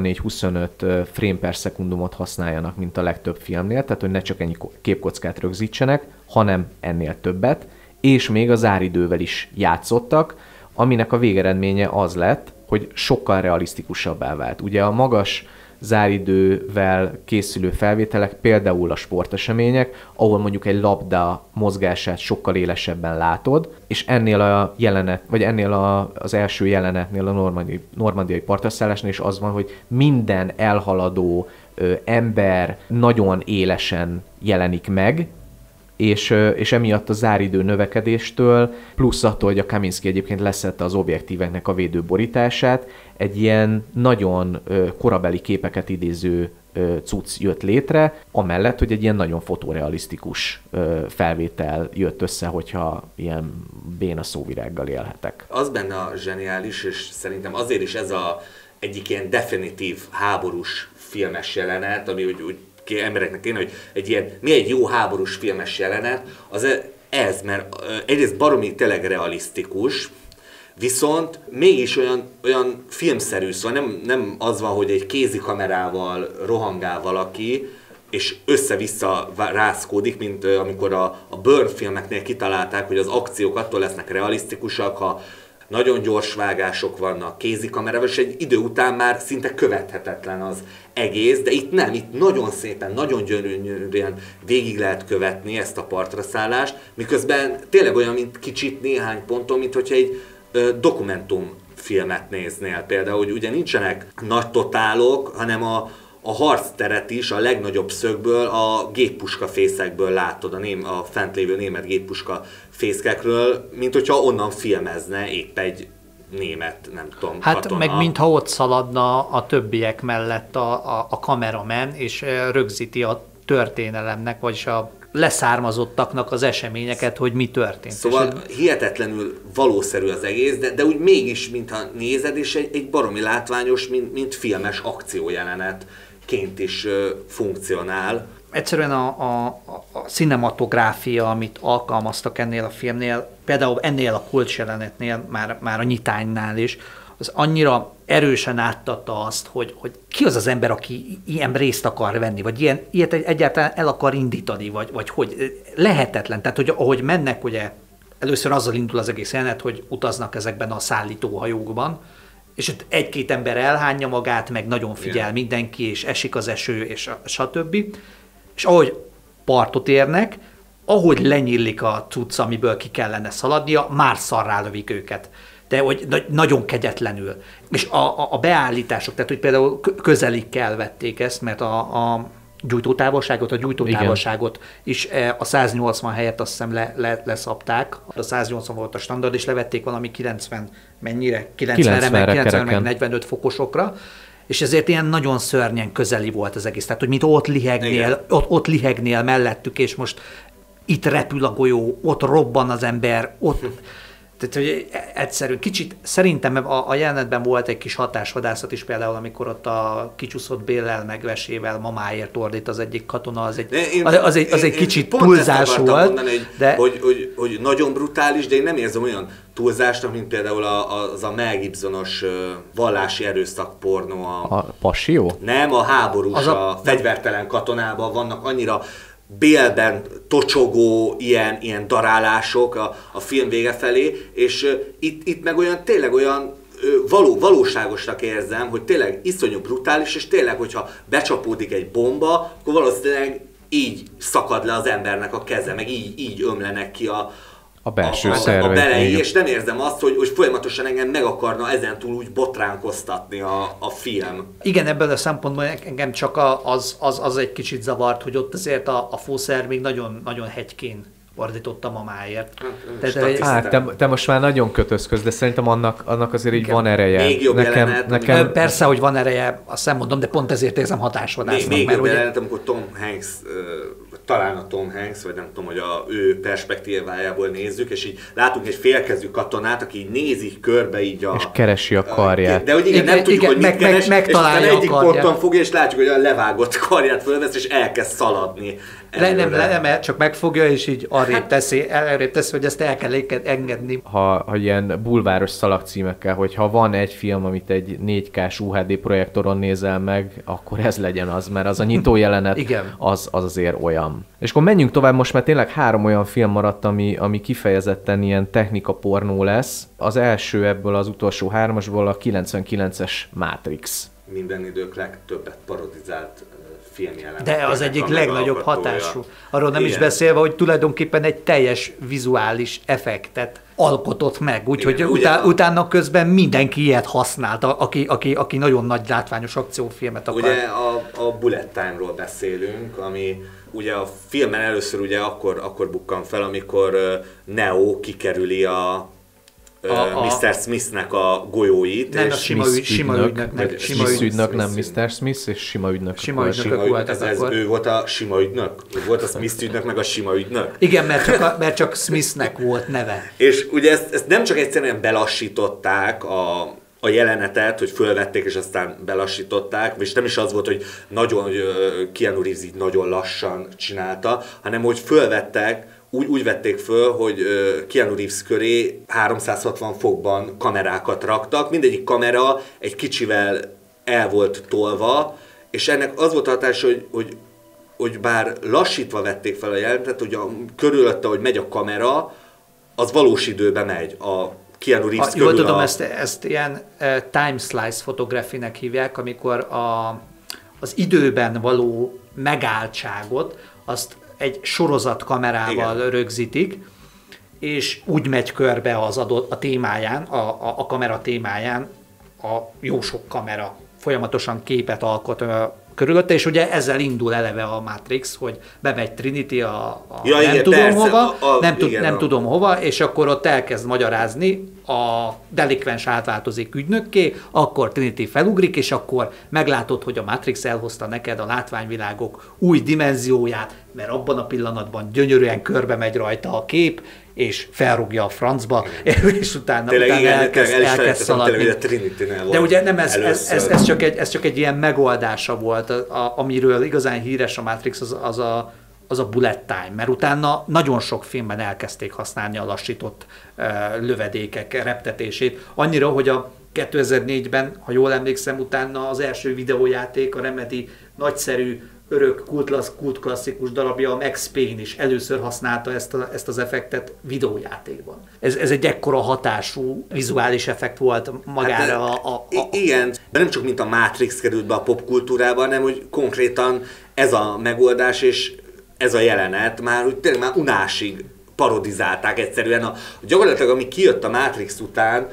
24-25 frame per szekundumot használjanak, mint a legtöbb filmnél, tehát hogy ne csak ennyi képkockát rögzítsenek, hanem ennél többet, és még a záridővel is játszottak, aminek a végeredménye az lett, hogy sokkal realisztikusabbá vált. Ugye a magas záridővel készülő felvételek, például a sportesemények, ahol mondjuk egy labda mozgását sokkal élesebben látod, és ennél a jelenet, vagy ennél az első jelenetnél a normandiai partraszállásnál is az van, hogy minden elhaladó ember nagyon élesen jelenik meg, és emiatt a záridő növekedéstől, plusz attól, hogy a Kaminski egyébként leszette az objektíveknek a védőborítását, egy ilyen nagyon korabeli képeket idéző cucc jött létre, amellett, hogy egy ilyen nagyon fotorealisztikus felvétel jött össze, hogyha ilyen béna szóvirággal élhetek. Az benne a zseniális, és szerintem azért is ez egyik ilyen definitív háborús filmes jelenet, ami úgy embereknek kéne, hogy mi egy jó háborús filmes jelenet, az ez, mert egyrészt baromi tényleg realisztikus, viszont mégis olyan filmszerű, szóval nem az van, hogy egy kézikamerával rohangál valaki, és össze-vissza rázkódik, mint amikor a Burn filmeknél kitalálták, hogy az akciók attól lesznek realisztikusak, ha nagyon gyors vágások vannak kézikamerával, és egy idő után már szinte követhetetlen az egész, de itt nem, itt nagyon szépen, nagyon gyönyörűen végig lehet követni ezt a partraszállást, miközben tényleg olyan, mint kicsit néhány ponton, mint hogyha egy dokumentumfilmet néznél. Például, hogy ugye nincsenek nagy totálok, hanem a harcteret is a legnagyobb szögből, a géppuskafészekből látod, a fent lévő német géppuskafészkekről, mint hogyha onnan filmezne épp egy német, nem tudom, hát katona. meg mintha ott szaladna a többiek mellett a kameramen, és rögzíti a történelemnek, vagyis a leszármazottaknak az eseményeket, hogy mi történt. Szóval hihetetlenül valószerű az egész, de úgy mégis, mintha nézed, és egy baromi látványos, mint filmes akciójelenetként is funkcionál. Egyszerűen a cinematográfia, amit alkalmaztak ennél a filmnél, például ennél a kulcsjelenetnél, már a nyitánynál is, az annyira erősen átadta azt, hogy ki az az ember, aki ilyen részt akar venni, vagy ilyet egyáltalán el akar indítani, vagy hogy lehetetlen. Tehát, hogy ahogy mennek, ugye először azzal indul az egész jelenet, hogy utaznak ezekben a szállítóhajókban, és ott egy-két ember elhányja magát, meg nagyon figyel mindenki, és esik az eső, és stb. És ahogy partot érnek, ahogy lenyillik a cucc, amiből ki kellene szaladnia, már szarrá lövik őket. de hogy nagyon kegyetlenül. És a beállítások, tehát hogy például közelikkel vették ezt, mert a gyújtótávolságot is a 180 helyett azt hiszem leszabták. A 180 volt a standard, és levették valami 90-re, meg 45 fokosokra, és ezért ilyen nagyon szörnyen közeli volt az egész. Tehát, hogy mint ott lihegnél mellettük, és most itt repül a golyó, ott robban az ember, ott... Tehát, hogy egyszerű. Kicsit szerintem a jelenetben volt egy kis hatásvadászat is, például amikor ott a kicsúszott Béllel meg Vesével mamáért ordít az egyik katona, az egy kicsit túlzás volt. Mondani, hogy nagyon brutális, de én nem érzem olyan túlzásnak, mint például az a Mel Gibsonos vallási erőszak pornó. A Passió? Nem, a háborús, a fegyvertelen katonában vannak annyira bélben tocsogó ilyen darálások a film vége felé, és itt meg tényleg olyan valóságosnak érzem, hogy tényleg iszonyú brutális, és tényleg, hogyha becsapódik egy bomba, akkor valószínűleg így szakad le az embernek a keze, meg így ömlenek ki a belső szervei. A belei, és nem érzem azt, hogy folyamatosan engem meg akarna ezentúl úgy botránkoztatni a film. Igen, ebből a szempontból engem csak az egy kicsit zavart, hogy ott azért a fószer még nagyon, nagyon hegykén ordította mamáért. Te most már nagyon kötözködsz, de szerintem annak azért így van ereje. Még jobb nekem... Persze, hogy van ereje, azt nem mondom, de pont ezért érzem hatásvadásznak. Még jobb jelenet, amikor Tom Hanks, talán a Tom Hanks, vagy nem tudom, hogy ő perspektívájából nézzük, és így látunk egy félkezű katonát, aki így nézi körbe így és keresi a karját. De hogy igen, nem tudjuk, hogy mit keres, és aztán egyik ponton fogja, és látjuk, hogy a levágott karját fölvesz, és elkezd szaladni. Nem, csak megfogja, és így arrébb teszi, hogy ezt el kell engedni. Ha ilyen bulváros szalagcímekkel, hogyha van egy film, amit egy 4K-s UHD projektoron nézel meg, akkor ez legyen az, mert az a nyitó jelenet az azért olyan. És akkor menjünk tovább, most már tényleg 3 olyan film maradt, ami kifejezetten ilyen technika pornó lesz. Az első ebből az utolsó 3-asból a 99-es Matrix. Minden idők legtöbbet parodizált filmjelenet. De az egyik legnagyobb hatású. Arról nem is beszélve, hogy tulajdonképpen egy teljes vizuális effektet alkotott meg, úgyhogy utána közben mindenki ilyet használta, aki nagyon nagy látványos akciófilmet akar. Ugye a Bullet Time-ról beszélünk, ami ugye a filmen először ugye akkor bukkan fel, amikor Neo kikerüli a Mr. Smithnek a golyóit. Nem, a sima ügynök. Nem Mr. Smith, és sima ügynök. Sima ügynök volt ez akkor. Ő volt a sima ügynök? Volt a Smith ügynök, meg a sima ügynök? Igen, mert csak Smithnek volt neve. És ugye ezt nem csak egyszerűen belassították a jelenetet, hogy fölvették, és aztán belassították, és nem is az volt, hogy Keanu Reeves így nagyon lassan csinálta, hanem hogy fölvettek, úgy vették föl, hogy Keanu Reeves köré 360 fokban kamerákat raktak, mindegyik kamera egy kicsivel el volt tolva, és ennek az volt a hatás, hogy bár lassítva vették fel a jelenetet, hogy körülötte, hogy megy a kamera, az valós időben megy. A Keanu Reeves körül. Jól tudom, ezt ilyen time slice photography-nek hívják, amikor az időben való megálltságot, azt egy sorozat kamerával rögzítik, és úgy megy körbe a témáján, a kamera témáján, a jó sok kamera folyamatosan képet alkot körülötte, és ugye ezzel indul eleve a Matrix, hogy bemegy Trinity nem tudom hova, és akkor ott elkezd magyarázni, a delikvens átváltozik ügynökké, akkor Trinity felugrik, és akkor meglátod, hogy a Matrix elhozta neked a látványvilágok új dimenzióját, mert abban a pillanatban gyönyörűen körbe megy rajta a kép, és felrúgja a francba, és utána elkezd szaladni. De ugye nem, ez csak egy ilyen megoldása volt, amiről igazán híres a Matrix, az a bullet time, mert utána nagyon sok filmben elkezdték használni a lassított lövedékek reptetését. Annyira, hogy a 2004-ben, ha jól emlékszem, utána az első videójáték, a Remedy nagyszerű, örök kultklasszikus darabja, a Max Payne is először használta ezt az effektet videójátékban. Ez egy ekkora hatású vizuális effekt volt magára. Igen, de nem csak mint a Matrix került be a popkultúrába, hanem hogy konkrétan ez a megoldás és ez a jelenet már tényleg már unásig parodizálták egyszerűen. Gyakorlatilag ami kijött a Matrix után,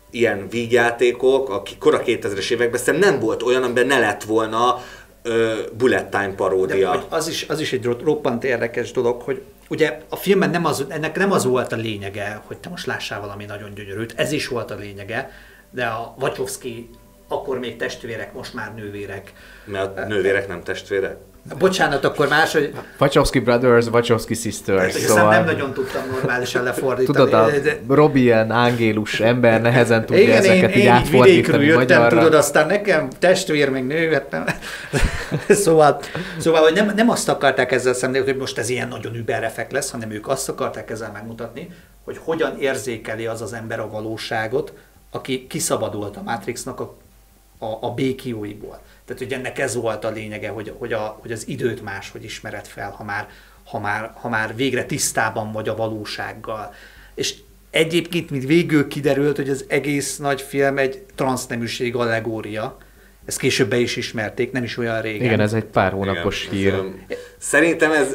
ilyen vígjátékok, a kora 2000-es években szerintem nem volt olyan, amiben ne lett volna bullet time paródia. De, az is egy roppant érdekes dolog, hogy ugye a filmben ennek nem az volt a lényege, hogy te most lássál valami nagyon gyönyörűt, ez is volt a lényege, de a Wachowski akkor még testvérek, most már nővérek. Mert a nővérek nem testvérek? Bocsánat, akkor máshogy... Wachowski Brothers, Wachowski Sisters. Szóval nem nagyon tudtam normálisan lefordítani. Tudod, a Robi ilyen angélus ember nehezen tudja igen, ezeket így átfordítani jöttem, magyarra. Tudod, aztán nekem testvér, még nő, hát nem. szóval hogy nem azt akarták ezzel szemlélni, hogy most ez ilyen nagyon überrefekt lesz, hanem ők azt akarták ezzel megmutatni, hogy hogyan érzékeli az ember a valóságot, aki kiszabadult a Matrixnak a békióiból. Tehát, hogy ennek ez volt a lényege, hogy az időt máshogy ismered fel, ha már végre tisztában vagy a valósággal. És egyébként, mint végül kiderült, hogy az egész nagy film egy transzneműség allegória. Ezt később be is ismerték, nem is olyan régen. Igen, ez egy pár hónapos hír. Szerintem ez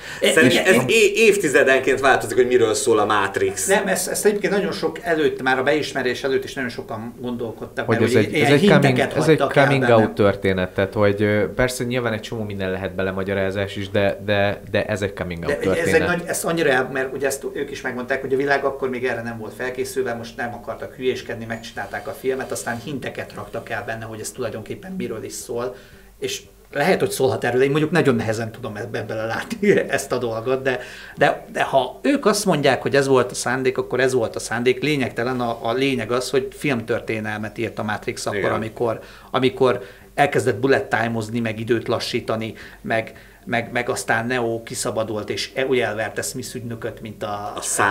évtizedenként változik, hogy miről szól a Matrix. Nem, ezt egyébként nagyon sok előtt, már a beismerés előtt is nagyon sokan gondolkodtak, hogy ez egy coming out történet, tehát hogy persze nyilván egy csomó minden lehet belemagyarázás is, de ez egy coming out történet. Ez annyira, mert ugye ezt ők is megmondták, hogy a világ akkor még erre nem volt felkészülve, most nem akartak hülyéskedni, megcsinálták a filmet, aztán hinteket raktak el benne, hogy ez tulajdonképpen miről is szól, és lehet, hogy szólhat erről, én mondjuk nagyon nehezen tudom ebből látni ezt a dolgot, de ha ők azt mondják, hogy ez volt a szándék, akkor ez volt a szándék. Lényegtelen, a lényeg az, hogy filmtörténelmet írt a Matrix akkor, amikor elkezdett bullet time-ozni, meg időt lassítani, meg aztán Neo kiszabadult, és úgy elverte Smith ügynököt, mint a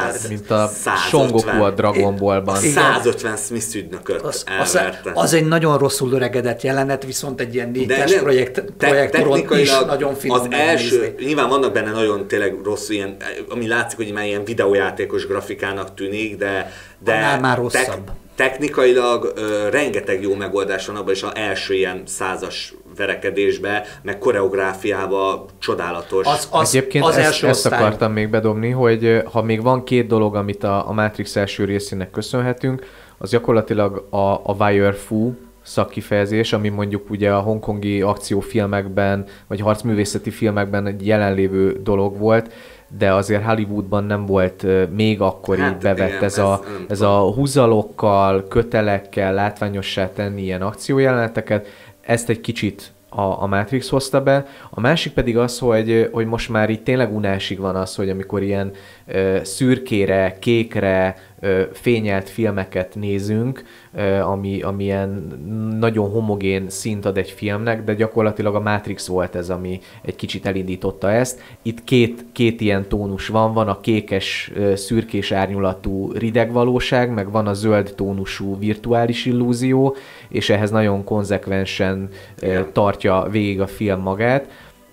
Son Goku a Dragon Ballban. 150 Smith ügynököt elverte. Az egy nagyon rosszul öregedett jelenet, viszont egy ilyen 4K projektoron is nagyon finom. Az első, nyilván vannak benne nagyon tényleg rossz, ilyen, ami látszik, hogy már ilyen videójátékos grafikának tűnik, de már rosszabb. Technikailag rengeteg jó megoldás van abban, és az első ilyen 100-as verekedésbe, meg koreográfiába csodálatos. Egyébként ezt akartam még bedobni, hogy ha még van két dolog, amit a Matrix első részének köszönhetünk, az gyakorlatilag a wire fu szakkifejezés, ami mondjuk ugye a hongkongi akciófilmekben, vagy harcművészeti filmekben egy jelenlévő dolog volt, de azért Hollywoodban nem volt még akkor így bevett igen, ez a húzalokkal, kötelekkel látványossá tenni ilyen akciójeleneteket. Ezt egy kicsit a Matrix hozta be. A másik pedig az, hogy most már itt tényleg unásig van az, hogy amikor ilyen szürkére, kékre fényelt filmeket nézünk, ami ilyen nagyon homogén szint ad egy filmnek, de gyakorlatilag a Matrix volt ez, ami egy kicsit elindította ezt. Itt két ilyen tónus van a kékes, szürkés árnyalatú rideg valóság, meg van a zöld tónusú virtuális illúzió, és ehhez nagyon konzekvensen tartja végig a film magát.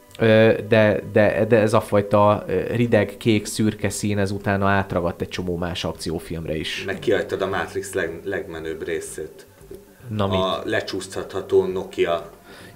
De ez a fajta rideg, kék, szürke szín ez utána átragadt egy csomó más akciófilmre is. Meg kihagytad a Matrix legmenőbb részét. Na, a lecsúsztatható Nokia.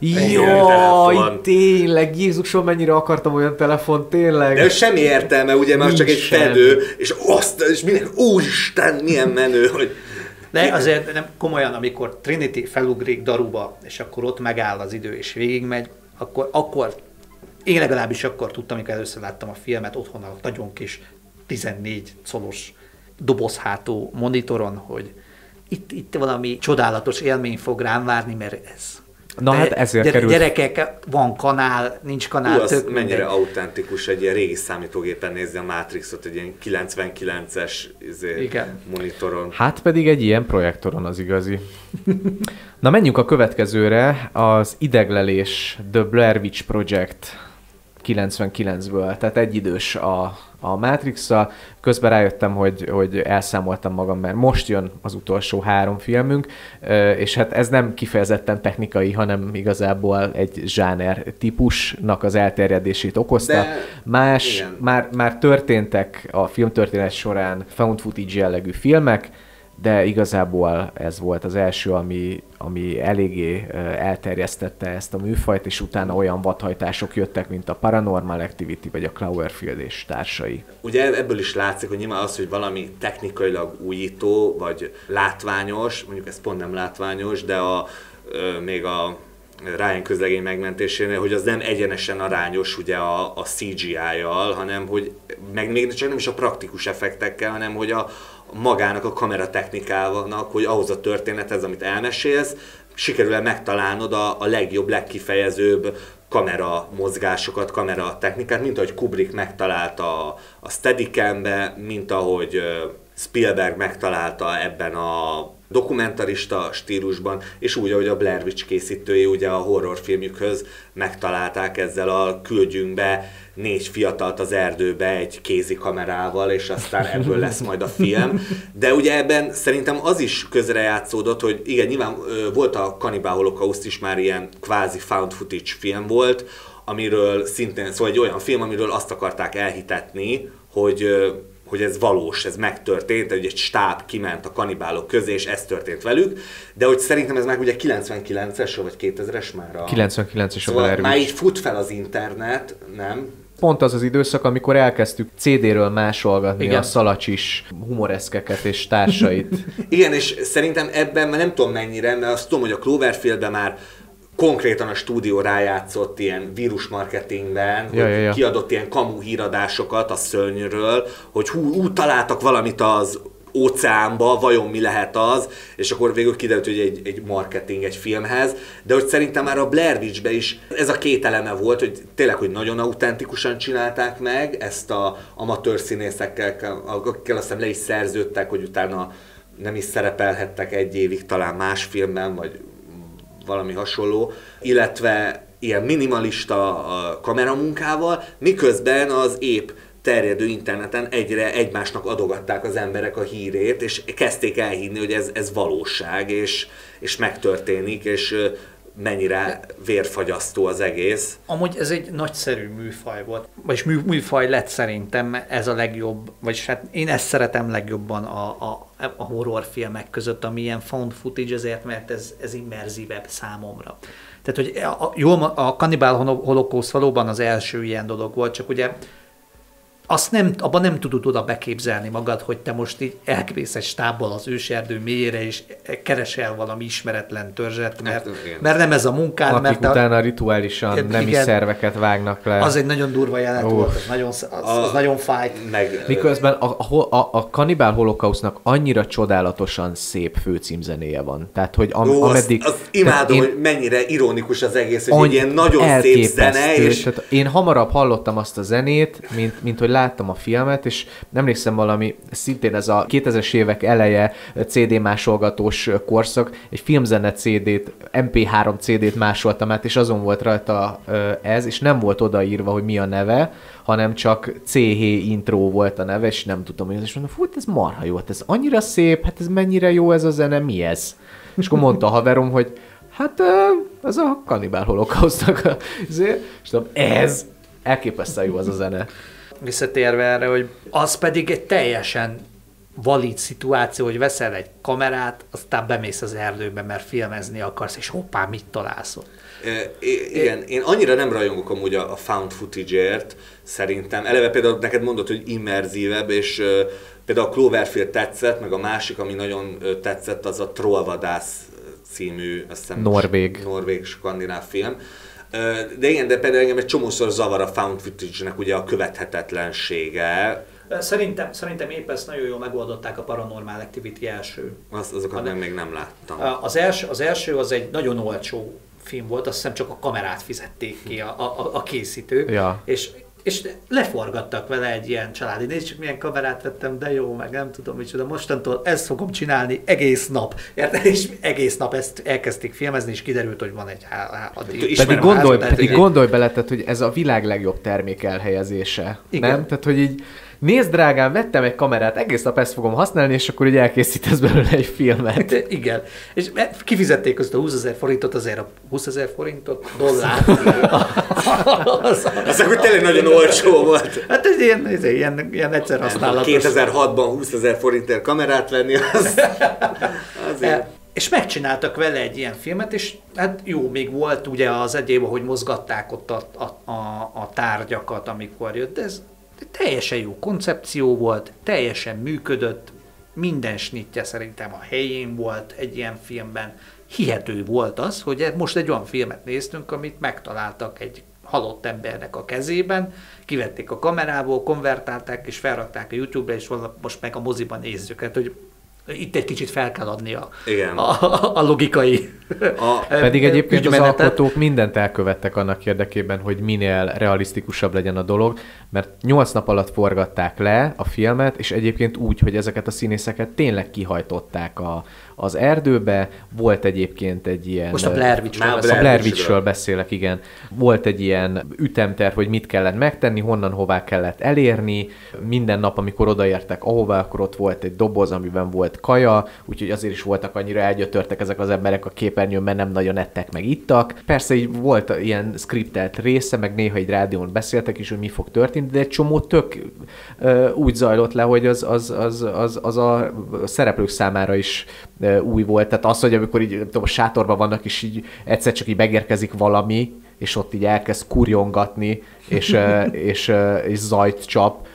Jaj, tényleg, Jézusom, mennyire akartam olyan telefont, tényleg. De semmi értelme, ugye, mert csak egy fedő, és mindenki, úristen, milyen menő, hogy... De azért nem komolyan, amikor Trinity felugrik Daruba, és akkor ott megáll az idő, és végigmegy, akkor én legalábbis akkor tudtam, amikor először láttam a filmet otthon a nagyon kis 14 colos dobozhátó monitoron, hogy itt valami csodálatos élmény fog rám várni, mert ez... Na hát ezért került... Gyerekek, van kanál, nincs kanál, az mennyire autentikus egy ilyen régi számítógépen nézni a Matrixot, egy ilyen 99-es monitoron. Hát pedig egy ilyen projektoron az igazi. Na menjünk a következőre, az Ideglelés, The Blair Witch Project 99-ből, tehát egyidős a Matrix-szal. Közben rájöttem, hogy elszámoltam magam, mert most jön az utolsó 3 filmünk, és hát ez nem kifejezetten technikai, hanem igazából egy zsáner típusnak az elterjedését okozta. Már történtek a filmtörténet során found footage jellegű filmek, de igazából ez volt az első, ami eléggé elterjesztette ezt a műfajt, és utána olyan vadhajtások jöttek, mint a Paranormal Activity, vagy a Cloverfield és társai. Ugye ebből is látszik, hogy nyilván az, hogy valami technikailag újító, vagy látványos, mondjuk ez pont nem látványos, de még a Ryan közlegény megmentésénél, hogy az nem egyenesen arányos ugye a CGI-jal, hanem hogy meg még csak nem is a praktikus effektekkel, hanem hogy a magának a kameratechnikának, hogy ahhoz a történethez, amit elmesélsz, sikerül megtalálnod a legjobb, legkifejezőbb kamera mozgásokat, kamera technikát, mint ahogy Kubrick megtalálta a Steadicambe, mint ahogy Spielberg megtalálta ebben a dokumentarista stílusban, és úgy, ahogy a Blair Witch készítői ugye a horrorfilmjükhöz megtalálták ezzel a küldjünk be 4 fiatalt az erdőbe egy kézi kamerával, és aztán ebből lesz majd a film. De ugye ebben szerintem az is közrejátszódott, hogy igen, nyilván volt a Cannibal Holocaust is, már ilyen kvázi found footage film volt, amiről szintén, szóval egy olyan film, amiről azt akarták elhitetni, hogy ez valós, ez megtörtént, hogy egy stáb kiment a kanibálok közé, és ez történt velük, de hogy szerintem ez már ugye 99-es, vagy 2000-es már a... 99-es szóval a Blair Witch. Már így fut fel az internet, nem? Pont az időszak, amikor elkezdtük CD-ről másolgatni igen. A szalacsis humoreszkeket és társait. Igen, és szerintem ebben már nem tudom mennyire, mert azt tudom, hogy a Cloverfieldben már konkrétan a stúdió rájátszott ilyen vírusmarketingben, hogy kiadott ilyen kamu híradásokat a szörnyről, hogy találtak valamit az óceánba, vajon mi lehet az, és akkor végül kiderült, hogy egy marketing egy filmhez, de hogy szerintem már a Blair Witchbe is ez a 2 eleme volt, hogy tényleg, hogy nagyon autentikusan csinálták meg, ezt a amatőr színészekkel, akikkel aztán le is szerződtek, hogy utána nem is szerepelhettek 1 évig talán más filmben, vagy valami hasonló, illetve ilyen minimalista kameramunkával, miközben az épp terjedő interneten egyre egymásnak adogatták az emberek a hírét, és kezdték elhinni, hogy ez valóság, és megtörténik, és mennyire vérfagyasztó az egész. Amúgy ez egy nagyszerű műfaj volt, vagyis műfaj lett szerintem ez a legjobb, vagyis hát én ezt szeretem legjobban a horrorfilmek között, ami ilyen found footage, ezért, mert ez immerzívebb számomra. Tehát, hogy a Cannibal Holocaust valóban az első ilyen dolog volt, csak ugye abban nem tudod oda beképzelni magad, hogy te most így elkvész egy stábbal az őserdő mélyére, és keresel valami ismeretlen törzset, mert nem ez a munkád. Akik mert utána rituálisan nemi szerveket vágnak le. Az egy nagyon durva jelenet volt, az nagyon fájt. Miközben a Cannibal Holocaustnak annyira csodálatosan szép főcímzenéje van. Tehát, hogy ameddig... Azt imádom, hogy mennyire ironikus az egész, hogy egy ilyen nagyon szép zene. És... Tehát én hamarabb hallottam azt a zenét, mint hogy láttam a filmet, és emlékszem valami, szintén ez a 2000-es évek eleje CD másolgatós korszak, egy filmzene CD-t, MP3 CD-t másoltam át, és azon volt rajta ez, és nem volt odaírva, hogy mi a neve, hanem csak CH intro volt a neve, és nem tudtam, hogy és mondom, fú, ez marha jó, ez annyira szép, hát ez mennyire jó ez a zene, mi ez? És akkor mondta a haverom, hogy hát ez a Cannibal Holocaustnak és tudom, ez elképesztően jó az a zene. Visszatérve erre, hogy az pedig egy teljesen valid szituáció, hogy veszel egy kamerát, aztán bemész az erdőbe, mert filmezni akarsz, és hoppá, mit találsz ott? Igen, én annyira nem rajongok amúgy a found footage-ért, szerintem. Eleve például neked mondod, hogy immerzívebb, és például a Cloverfield tetszett, meg a másik, ami nagyon tetszett, az a Trollvadász című, azt hiszem, norvég skandináv film. De igen, de például engem egy csomószor zavar a found footage-nek ugye a követhetetlensége. Szerintem épp ezt nagyon jól megoldották a Paranormal Activity első. Azokat még nem láttam. Az első az egy nagyon olcsó film volt, azt hiszem csak a kamerát fizették ki a készítők, ja. És leforgattak vele egy ilyen családi, nézd csak milyen kamerát vettem, de jó, meg nem tudom micsoda, mostantól ezt fogom csinálni egész nap. És egész nap ezt elkezdték filmezni, és kiderült, hogy van egy Pedig gondolj bele, tehát, hogy ez a világ legjobb termék elhelyezése. Igen. Nem? Tehát, hogy így nézd drágán, vettem egy kamerát, egész nap ezt fogom használni, és akkor így elkészítesz belőle egy filmet. Igen. És kifizették között a 20 000 forintot, azért a 20 000 forintot, dollár. Ezek, hogy tényleg nagyon olcsó volt. Hát ez ilyen egyszer használatos. 2006-ban 20 000 forintért kamerát venni, azért. És megcsináltak vele egy ilyen filmet, és hát jó, még volt ugye az egyébben, hogy mozgatták ott a tárgyakat, amikor jött, de ez teljesen jó koncepció volt, teljesen működött, minden snittje szerintem a helyén volt egy ilyen filmben. Hihető volt az, hogy most egy olyan filmet néztünk, amit megtaláltak egy halott embernek a kezében, kivették a kamerából, konvertálták és felrakták a YouTube-ra, és most meg a moziban nézzük. Hát, hogy itt egy kicsit fel kell adni a logikai Pedig egyébként ügymenetet. Az alkotók mindent elkövettek annak érdekében, hogy minél realisztikusabb legyen a dolog, mert 8 nap alatt forgatták le a filmet, és egyébként úgy, hogy ezeket a színészeket tényleg kihajtották az erdőbe. Volt egyébként egy ilyen... Most a Blair Witchről beszélek, igen. Volt egy ilyen ütemterv, hogy mit kellett megtenni, honnan hová kellett elérni. Minden nap, amikor odaértek ahová, akkor ott volt egy doboz, amiben volt kaja, úgyhogy azért is voltak annyira elgyötörtek ezek az emberek a képernyőn, mert nem nagyon ettek meg ittak. Persze így volt ilyen skriptelt része, meg néha egy rádión beszéltek is, hogy mi fog történni, de egy csomó tök úgy zajlott le, hogy az a szereplők számára is új volt. Tehát az, hogy amikor így, nem tudom, a sátorban vannak, és így egyszer csak így megérkezik valami, és ott így elkezd kurjongatni, és zajt csap,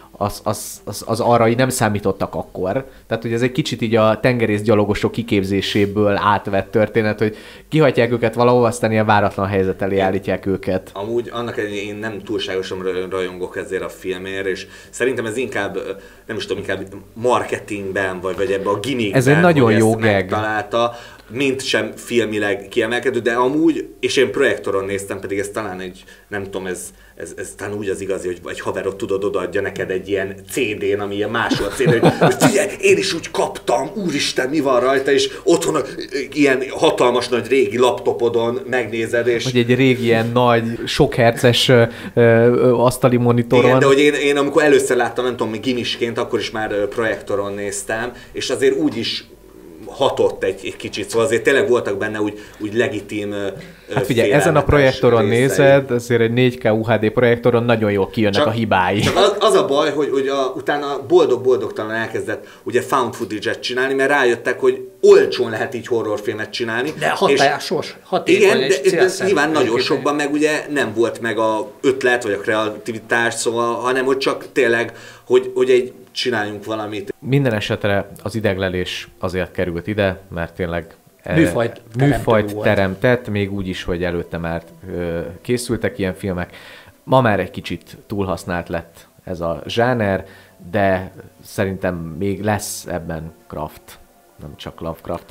az arra így nem számítottak akkor. Tehát, hogy ez egy kicsit így a tengerészgyalogosok kiképzéséből átvett történet, hogy kihajtják őket valahol, aztán ilyen váratlan helyzet elé állítják őket. Amúgy annak én nem túlságosan rajongok ezért a filmért, és szerintem ez inkább, nem is tudom, inkább marketingben, vagy ebbe a gimmickben, ez egy nagyon jó gag. Megtalálta, mint sem filmileg kiemelkedő, de amúgy, és én projektoron néztem, pedig ez talán egy, nem tudom, ez talán úgy az igazi, hogy egy haverod tudod, odaadja neked egy ilyen CD-n, ami ilyen másolt CD, hogy figyelj, én is úgy kaptam, úristen, mi van rajta, és otthon ilyen hatalmas nagy régi laptopodon megnézed, és... Vagy egy régi ilyen nagy, sok herces asztali monitoron. Igen, de hogy én amikor először láttam, nem tudom, gimisként, akkor is már projektoron néztem, és azért úgy is hatott egy kicsit, szóval azért tényleg voltak benne úgy legitim hát figyelj, ezen a projektoron részei. Nézed, azért egy 4K UHD projektoron nagyon jól kijönnek a hibái. Csak az a baj, hogy utána boldog-boldogtalan elkezdett ugye found footage-et csinálni, mert rájöttek, hogy olcsón lehet így horrorfilmet csinálni. De hatásos, hatékony és célszerű. Igen, de nyilván nagyon sokban meg ugye nem volt meg a ötlet, vagy a kreativitás, szóval, hanem hogy csak tényleg, hogy egy csináljunk valamit. Minden esetre az ideglelés azért került ide, mert tényleg műfajt teremtett, még úgy is, hogy előtte már készültek ilyen filmek. Ma már egy kicsit túlhasznált lett ez a zsáner, de szerintem még lesz ebben craft. Nem csak Lovecraft.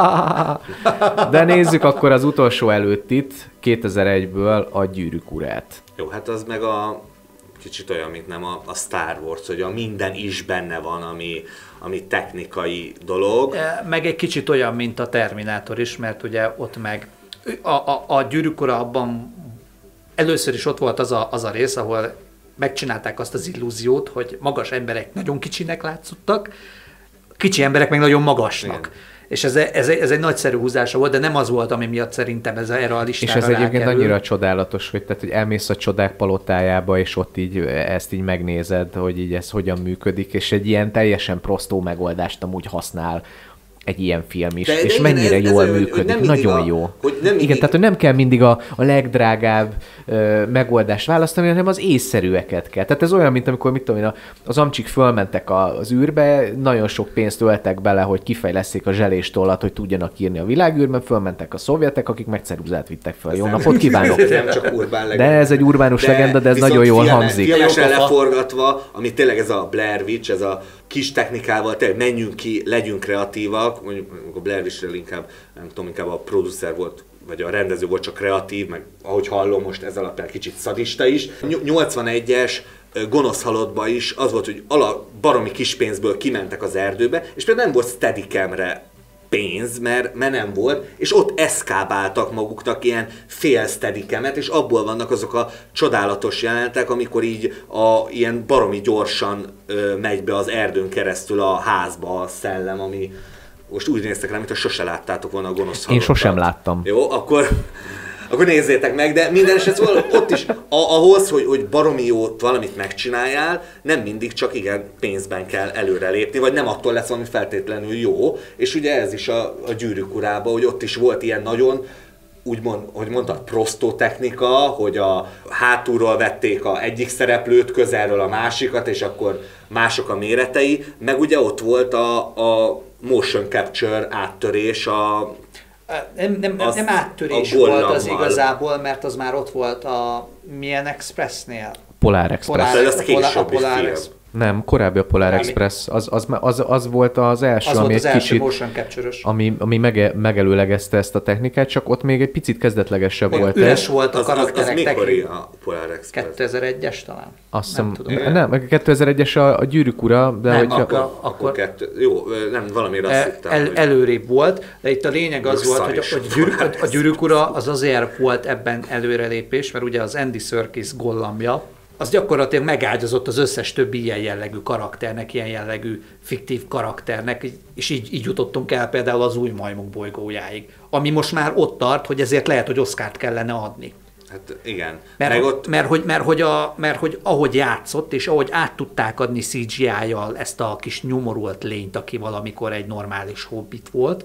De nézzük akkor az utolsó előttit, 2001-ből a Gyűrűk urát. Jó, hát az meg a kicsit olyan, mint nem a Star Wars, hogy a minden is benne van, ami technikai dolog. Meg egy kicsit olyan, mint a Terminátor is, mert ugye ott meg a Gyűrűk ura abban először is ott volt az a rész, ahol megcsinálták azt az illúziót, hogy magas emberek nagyon kicsinek látszottak, kicsi emberek meg nagyon magasnak. Igen. És ez egy nagyszerű húzása volt, de nem az volt, ami miatt szerintem erre a listára és ez egyébként annyira csodálatos, hogy, tehát, hogy elmész a csodák palotájába, és ott így ezt így megnézed, hogy így ez hogyan működik, és egy ilyen teljesen prostó megoldást amúgy használ egy ilyen film is, és igen, mennyire jól működik, nagyon jó. Igen, tehát hogy nem kell mindig a legdrágább megoldást választani, hanem az észszerűeket kell. Tehát ez olyan, mint amikor, mit tudom én, az amcsik fölmentek az űrbe, nagyon sok pénzt öltek bele, hogy kifejleszték a zselésstollat, hogy tudjanak írni a világűrben, fölmentek a szovjetek, akik meg ceruzát vittek fel. Jó napot kívánok! Nem csak urbán legenda. De ez egy urbánus legenda, de ez nagyon jól hangzik. Filmesen leforgatva, ami tényleg ez a Blair Witch, ez a kis technikával, tényleg menjünk ki, legyünk kreatívak, mondjuk a Blair Witch-ről inkább a producer volt, vagy a rendező volt csak kreatív, meg ahogy hallom most ez alapján kicsit szadista is. 81-es Gonosz halottba is az volt, hogy baromi kis pénzből kimentek az erdőbe, és például nem volt Steadicamre pénz, mert nem volt, és ott eszkábáltak maguknak ilyen fél Steadicamet, és abból vannak azok a csodálatos jelenetek, amikor így ilyen baromi gyorsan megy be az erdőn keresztül a házba a szellem, ami most úgy néztek rá, mintha sose láttátok volna a Gonosz halottat. Én sosem láttam. Jó, akkor akkor nézzétek meg, de minden esetben ott is ahhoz, hogy baromi jót valamit megcsináljál, nem mindig csak igen pénzben kell előrelépni, vagy nem attól lesz valami feltétlenül jó, és ugye ez is a Gyűrűk Urában, hogy ott is volt ilyen nagyon, úgymond, hogy mondtad, prostotechnika, hogy a hátulról vették a egyik szereplőt, közelről a másikat, és akkor mások a méretei, meg ugye ott volt a motion capture áttörés, nem áttörés volt az igazából, mert az már ott volt a milyen Expressnél. Polar Express. A Polar Express. Nem, korábbi a Polar Express, az volt az első, az ami volt az egy első kicsit, motion capture-ös. ami megelőlegezte ezt a technikát, csak ott még egy picit kezdetlegesebb volt. Üres volt a karakterek. Az mikori a Polar Express? 2001-es talán? Azt hiszem, nem, 2001-es a Gyűrűk Ura, de nem, akkor jó, nem, valamire azt hittem. Előrébb volt, de itt a lényeg az volt, hogy a Gyűrűk Ura az azért volt ebben előrelépés, mert ugye az Andy Serkis Gollumja, az gyakorlatilag megágyazott az összes többi ilyen jellegű karakternek, ilyen jellegű fiktív karakternek, és így jutottunk el például az Új Majmok bolygójáig, ami most már ott tart, hogy ezért lehet, hogy Oscart kellene adni. Hát igen. Mert hogy ahogy játszott, és ahogy át tudták adni CGI-jal ezt a kis nyomorult lényt, aki valamikor egy normális hobbit volt,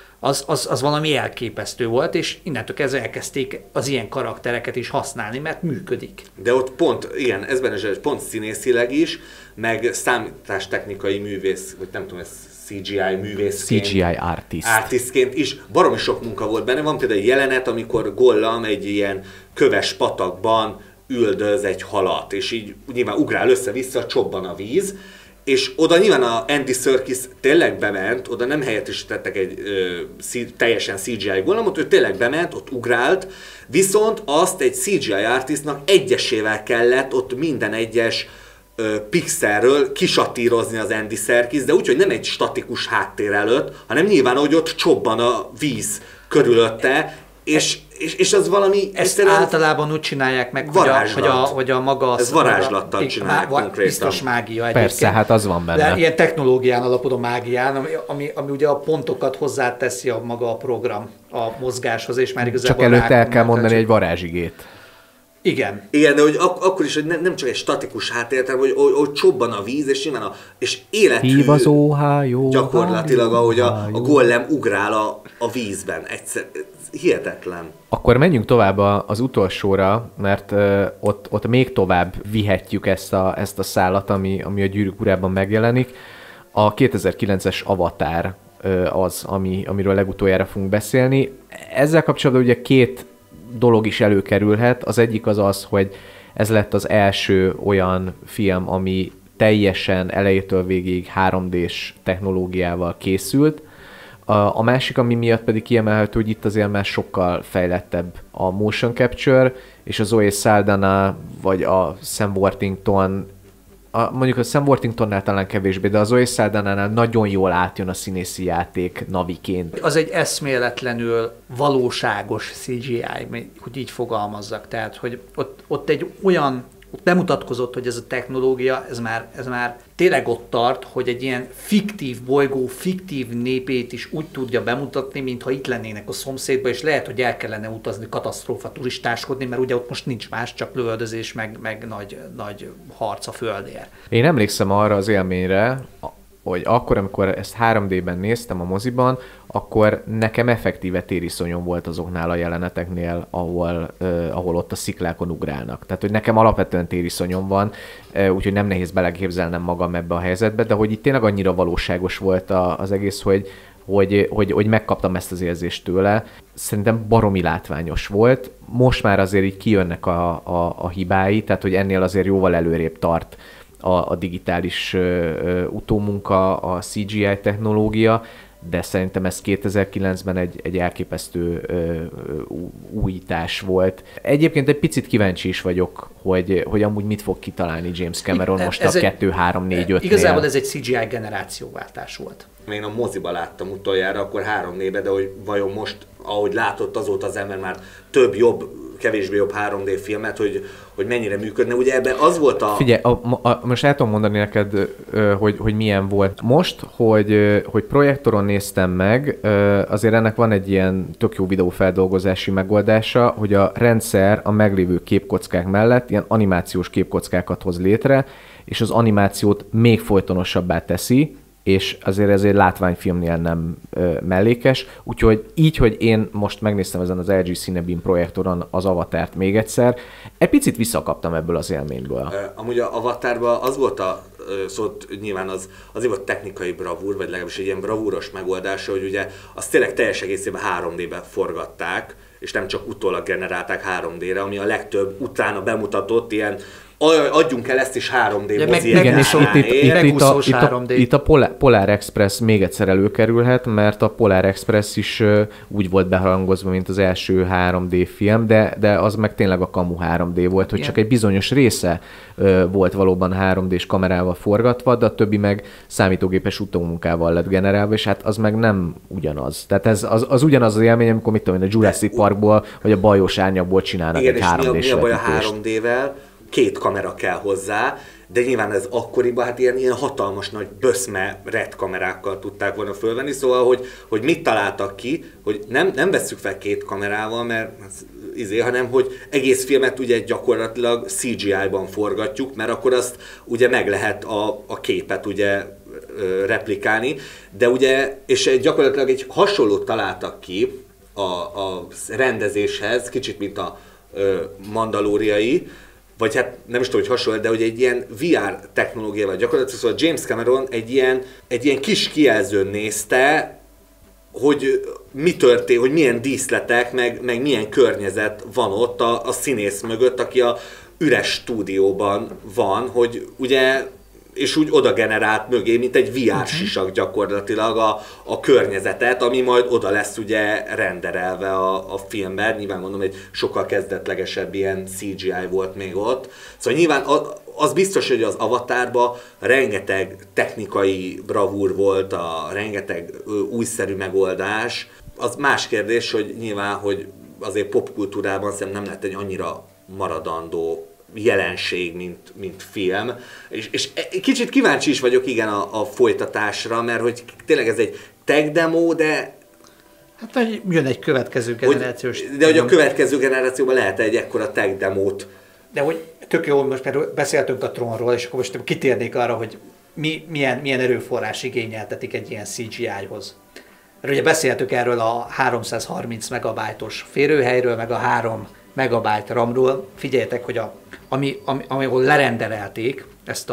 az valami elképesztő volt, és innentől kezdve elkezdték az ilyen karaktereket is használni, mert működik. De ott pont, igen, ezben is pont színészileg is, meg számítástechnikai művész, vagy nem tudom, ez CGI művészként. CGI artistként is baromi sok munka volt benne. Van például egy jelenet, amikor Gollum egy ilyen köves patakban üldöz egy halat, és így nyilván ugrál össze-vissza, csobban a víz, és oda nyilván a Andy Serkis tényleg bement, oda nem helyettesítettek egy teljesen CGI Gollumot, ő tényleg bement, ott ugrált, viszont azt egy CGI artistnak egyesével kellett ott minden egyes pixelről kisattírozni az Andy Serkis, de úgy, hogy nem egy statikus háttér előtt, hanem nyilván, hogy ott csobban a víz körülötte, és az valami... Ezt általában úgy csinálják meg, hogy a maga... Ez varázslattal csinálják konkrétan. Biztos mágia egyébként. Persze, hát az van benne. De ilyen technológián alapuló mágián, ami ugye a pontokat hozzáteszi a maga a program a mozgáshoz, és már igazából... Csak előtte el kell mondani egy varázsigét. Igen. Igen, de hogy akkor is, hogy nem csak egy statikus háttér, hanem hogy csobban a víz, és nyilván és életű Hív az óhájó, gyakorlatilag, ahogy a Gollum ugrál a vízben. Egyszer, hihetetlen. Akkor menjünk tovább az utolsóra, mert ott még tovább vihetjük ezt a szállat, ami a Gyűrűk Urában megjelenik. A 2009-es Avatar az, amiről legutoljára fogunk beszélni. Ezzel kapcsolatban ugye két dolog is előkerülhet. Az egyik az, hogy ez lett az első olyan film, ami teljesen elejétől végig 3D-s technológiával készült. A másik, ami miatt pedig kiemelhető, hogy itt azért már sokkal fejlettebb a motion capture, és a Zoe Saldana vagy a Sam Worthington, mondjuk a Sam Worthingtonnál talán kevésbé, de a Zoe Saldanánál nagyon jól átjön a színészi játék naviként. Az egy eszméletlenül valóságos CGI, hogy így fogalmazzak. Tehát, hogy ott egy olyan, bemutatkozott, hogy ez a technológia, ez már tényleg ott tart, hogy egy ilyen fiktív bolygó, fiktív népét is úgy tudja bemutatni, mintha itt lennének a szomszédban, és lehet, hogy el kellene utazni katasztrófa turistáskodni, mert ugye ott most nincs más, csak lövöldözés, meg nagy harc a földért. Én emlékszem arra az élményre, hogy akkor, amikor ezt 3D-ben néztem a moziban, akkor nekem effektíve tériszonyom volt azoknál a jeleneteknél, ahol ott a sziklákon ugrálnak. Tehát, hogy nekem alapvetően tériszonyom van, úgyhogy nem nehéz beleképzelnem magam ebbe a helyzetbe, de hogy itt tényleg annyira valóságos volt az egész, hogy megkaptam ezt az érzést tőle. Szerintem baromi látványos volt. Most már azért így kijönnek a hibái, tehát, hogy ennél azért jóval előrébb tart a digitális utómunka, a CGI technológia, de szerintem ez 2009-ben egy elképesztő újítás volt. Egyébként egy picit kíváncsi is vagyok, hogy amúgy mit fog kitalálni James Cameron most a 2-3-4-5-nél. Igazából ez egy CGI generációváltás volt. Én a moziba láttam utoljára, akkor 3D-be, de hogy vajon most, ahogy látott azóta az ember már több jobb kevésbé jobb 3D filmet, hogy mennyire működne. Ugye ebben az volt a... Figyelj, most el tudom mondani neked, hogy milyen volt. Most, hogy projektoron néztem meg, azért ennek van egy ilyen tök jó videófeldolgozási megoldása, hogy a rendszer a meglévő képkockák mellett ilyen animációs képkockákat hoz létre, és az animációt még folytonosabbá teszi, és azért ez egy látványfilmnél nem mellékes, úgyhogy így, hogy én most megnéztem ezen az LG Cinebeam projektoron az Avatárt még egyszer, egy picit visszakaptam ebből az élményből. Amúgy a Avatarban az volt szóval nyilván azért volt technikai bravúr, vagy legalábbis egy ilyen bravúros megoldása, hogy ugye azt tényleg teljes egészében 3D-ben forgatták, és nem csak utólag generálták 3D-re, ami a legtöbb utána bemutatott ilyen adjunk el ezt is 3D mozi. Itt a Polar Express még egyszer előkerülhet, mert a Polar Express is úgy volt beharangozva, mint az első 3D film, de az meg tényleg a kamu 3D volt, hogy csak egy bizonyos része volt valóban 3D-s kamerával forgatva, de a többi meg számítógépes utómunkával lett generálva, és hát az meg nem ugyanaz. Tehát az ugyanaz az élmény, amikor mit tudom én, a Jurassic Parkból, vagy a Bajós Árnyakból csinálnak egy 3D-s mi a baj a 3D-vel? 2 kamera kell hozzá, de nyilván ez akkoriban hát ilyen hatalmas nagy böszme RED kamerákkal tudták volna fölvenni, szóval, hogy mit találtak ki, hogy nem vesszük fel 2 kamerával, mert hanem hogy egész filmet ugye gyakorlatilag CGI-ban forgatjuk, mert akkor azt ugye meg lehet a képet ugye replikálni, de ugye, és gyakorlatilag egy hasonlót találtak ki a rendezéshez, kicsit mint a mandalóriai, vagy hát nem is tudom, hogy hasonló, de hogy egy ilyen VR technológiával gyakorlatilag, szóval James Cameron egy ilyen kis kijelzőn nézte, hogy mi történt, hogy milyen díszletek, meg milyen környezet van ott a színész mögött, aki a üres stúdióban van, hogy ugye, és úgy oda generált mögé, mint egy VR sisak gyakorlatilag a környezetet, ami majd oda lesz ugye renderelve a filmben. Nyilván mondom, egy sokkal kezdetlegesebb ilyen CGI volt még ott. Szóval nyilván az biztos, hogy az Avatarban rengeteg technikai bravúr volt, rengeteg újszerű megoldás. Az más kérdés, hogy nyilván, hogy azért popkultúrában szerintem nem lett egy annyira maradandó jelenség, mint film. És kicsit kíváncsi is vagyok igen a folytatásra, mert hogy tényleg ez egy tech demo, de... Hát jön egy következő generációs... De hogy a következő generációban lehet egy ekkora tech demót. De hogy tök jó, most mert beszéltünk a Tronról, és akkor most kitérnék arra, hogy milyen erőforrás igényeltetik egy ilyen CGI-hoz. Mert ugye beszéltük erről a 330 megabájtos férőhelyről, meg a 3 megabyte RAM-ról. Figyeljetek, hogy ahol lerenderelték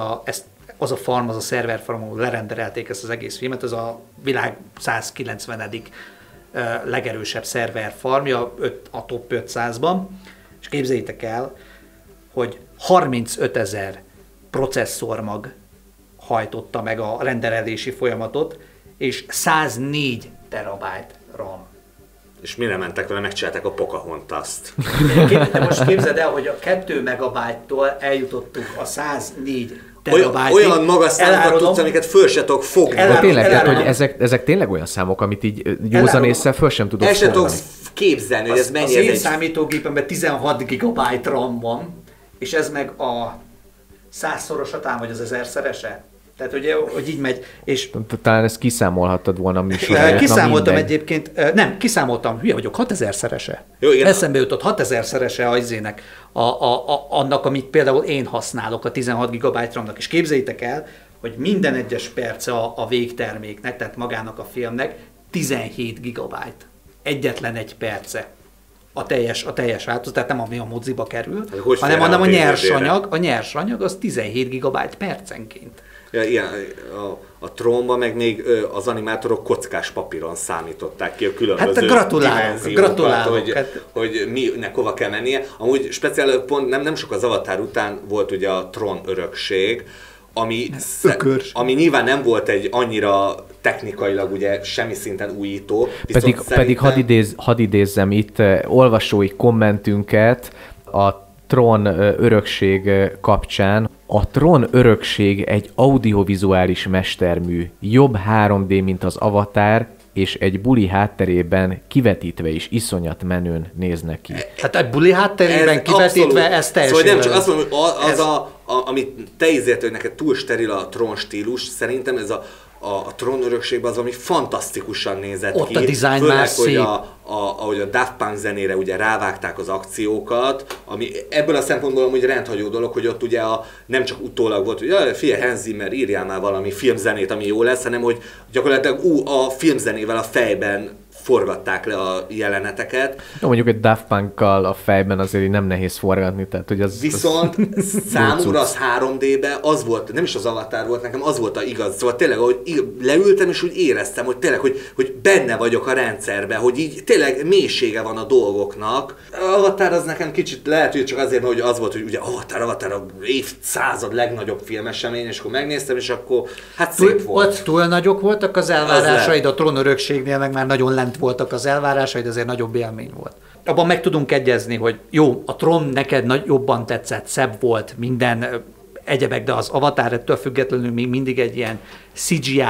az a farm, az a szerver farm, ahol lerenderelték ezt az egész filmet, ez a világ 190. Legerősebb szerver farmja a top 500-ban, és képzeljétek el, hogy 35 000 processzormag hajtotta meg a renderelési folyamatot, és 104 terabyte RAM. És mire mentek vele, megcsinálták a Pocahontas-t. De most képzeld el, hogy a 2 megabájttól eljutottuk a 104 terabájtig. Olyan magas számokat tudsz, amiket föl se tudok fogni. Tényleg, tehát, hogy ezek tényleg olyan számok, amit így józan észre föl sem tudok fogni. El sem tudok képzelni, hogy ez mennyi. Az én számítógépemben 16 GB RAM van, és ez meg a 100-szorosatán, vagy az 1000-szerese. Tehát ugye, hogy így megy, és... Talán ezt kiszámolhattad volna a műsorban. Kiszámoltam egyébként, nem, kiszámoltam, hülye vagyok, 6000-szerese. Eszembe jutott 6000-szerese az izének, annak, amit például én használok, a 16 GB RAM-nak. És képzeljétek el, hogy minden egyes perce a végterméknek, tehát magának a filmnek 17 GB. Egyetlen egy perce. A teljes változat, tehát nem ami a moziba kerül, hanem a nyersanyag az 17 GB percenként. Ja, igen, a Tronban meg még az animátorok kockás papíron számították ki a különböző dimenziókat, hogy minek hova kell mennie. Amúgy speciál pont nem sok az Avatar után volt ugye a Tron örökség, ami nyilván nem volt egy annyira technikailag ugye semmi szinten újító. Pedig hadd idézzem itt olvasói kommentünket a Tron örökség kapcsán. A Tron örökség egy audiovizuális mestermű, jobb 3D, mint az Avatar, és egy buli hátterében kivetítve is iszonyat menőn néznek ki. Hát egy buli hátterében kivetítve ez teljesen... Szóval nem csak azt mondom, hogy az amit te ízért, hogy neked túl steril a Tron stílus, szerintem ez a Tron örökségben az, ami fantasztikusan nézett ott ki. Ott a design főleg, már szép. Ahogy a Daft Punk zenére ugye rávágták az akciókat, ami ebből a szempontból amúgy rendhagyó dolog, hogy ott ugye nem csak utólag volt, hogy figyelj, Hans Zimmer, írjál már valami filmzenét, ami jó lesz, hanem hogy gyakorlatilag a filmzenével a fejben forgatták le a jeleneteket. No, mondjuk egy Daft Punkkal a fejben azért nem nehéz forgatni, tehát hogy az... Viszont számomra az 3D-ben az volt, nem is az Avatar volt nekem, az volt a igaz. Szóval tényleg, ahogy leültem, és úgy éreztem, hogy tényleg, hogy benne vagyok a rendszerben, hogy így tényleg mélysége van a dolgoknak. Avatar az nekem kicsit lehet, hogy csak azért, mert az volt, hogy ugye Avatar a évszázad legnagyobb filmesemény, és akkor megnéztem, és akkor hát szép volt. Ott túl nagyok voltak az elvárásaid, a Tron örökségnél meg már nagyon lent voltak az elvárásaid, azért nagyobb élmény volt. Abban meg tudunk egyezni, hogy jó, a Tron neked jobban tetszett, szebb volt, minden egyebek, de az Avatar ettől függetlenül még mindig egy ilyen CGI,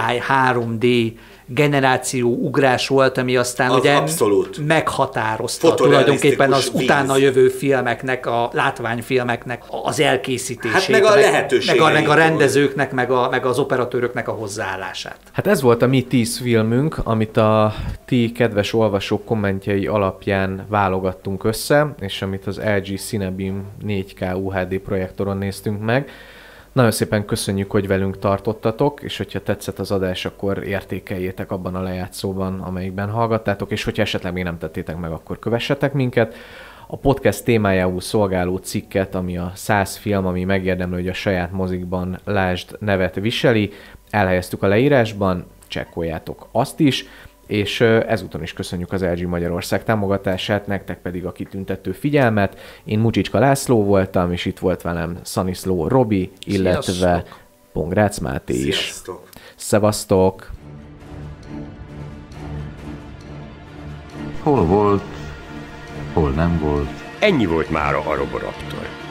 3D generáció ugrás volt, ami aztán az ugye meghatározta tulajdonképpen az utána jövő filmeknek, a látványfilmeknek az elkészítését. Hát meg a lehetőségeit. Meg a rendezőknek, meg az operatőröknek a hozzáállását. Hát ez volt a mi 10 filmünk, amit a ti kedves olvasók kommentjei alapján válogattunk össze, és amit az LG Cinebeam 4K UHD projektoron néztünk meg. Nagyon szépen köszönjük, hogy velünk tartottatok, és hogyha tetszett az adás, akkor értékeljétek abban a lejátszóban, amelyikben hallgattátok, és hogyha esetleg még nem tettétek meg, akkor kövessetek minket. A podcast témájául szolgáló cikket, ami a 100 film, ami megérdemli, hogy a saját mozikban lásd nevet viseli, elhelyeztük a leírásban, csekkoljátok azt is, és ezúton is köszönjük az LG Magyarország támogatását, nektek pedig a kitüntető figyelmet. Én Mucsicska László voltam, és itt volt velem Szaniszló Robi, illetve Pongrácz Máté is. Sziasztok! Szevasztok! Hol volt, hol nem volt. Ennyi volt mára a Roboraptor.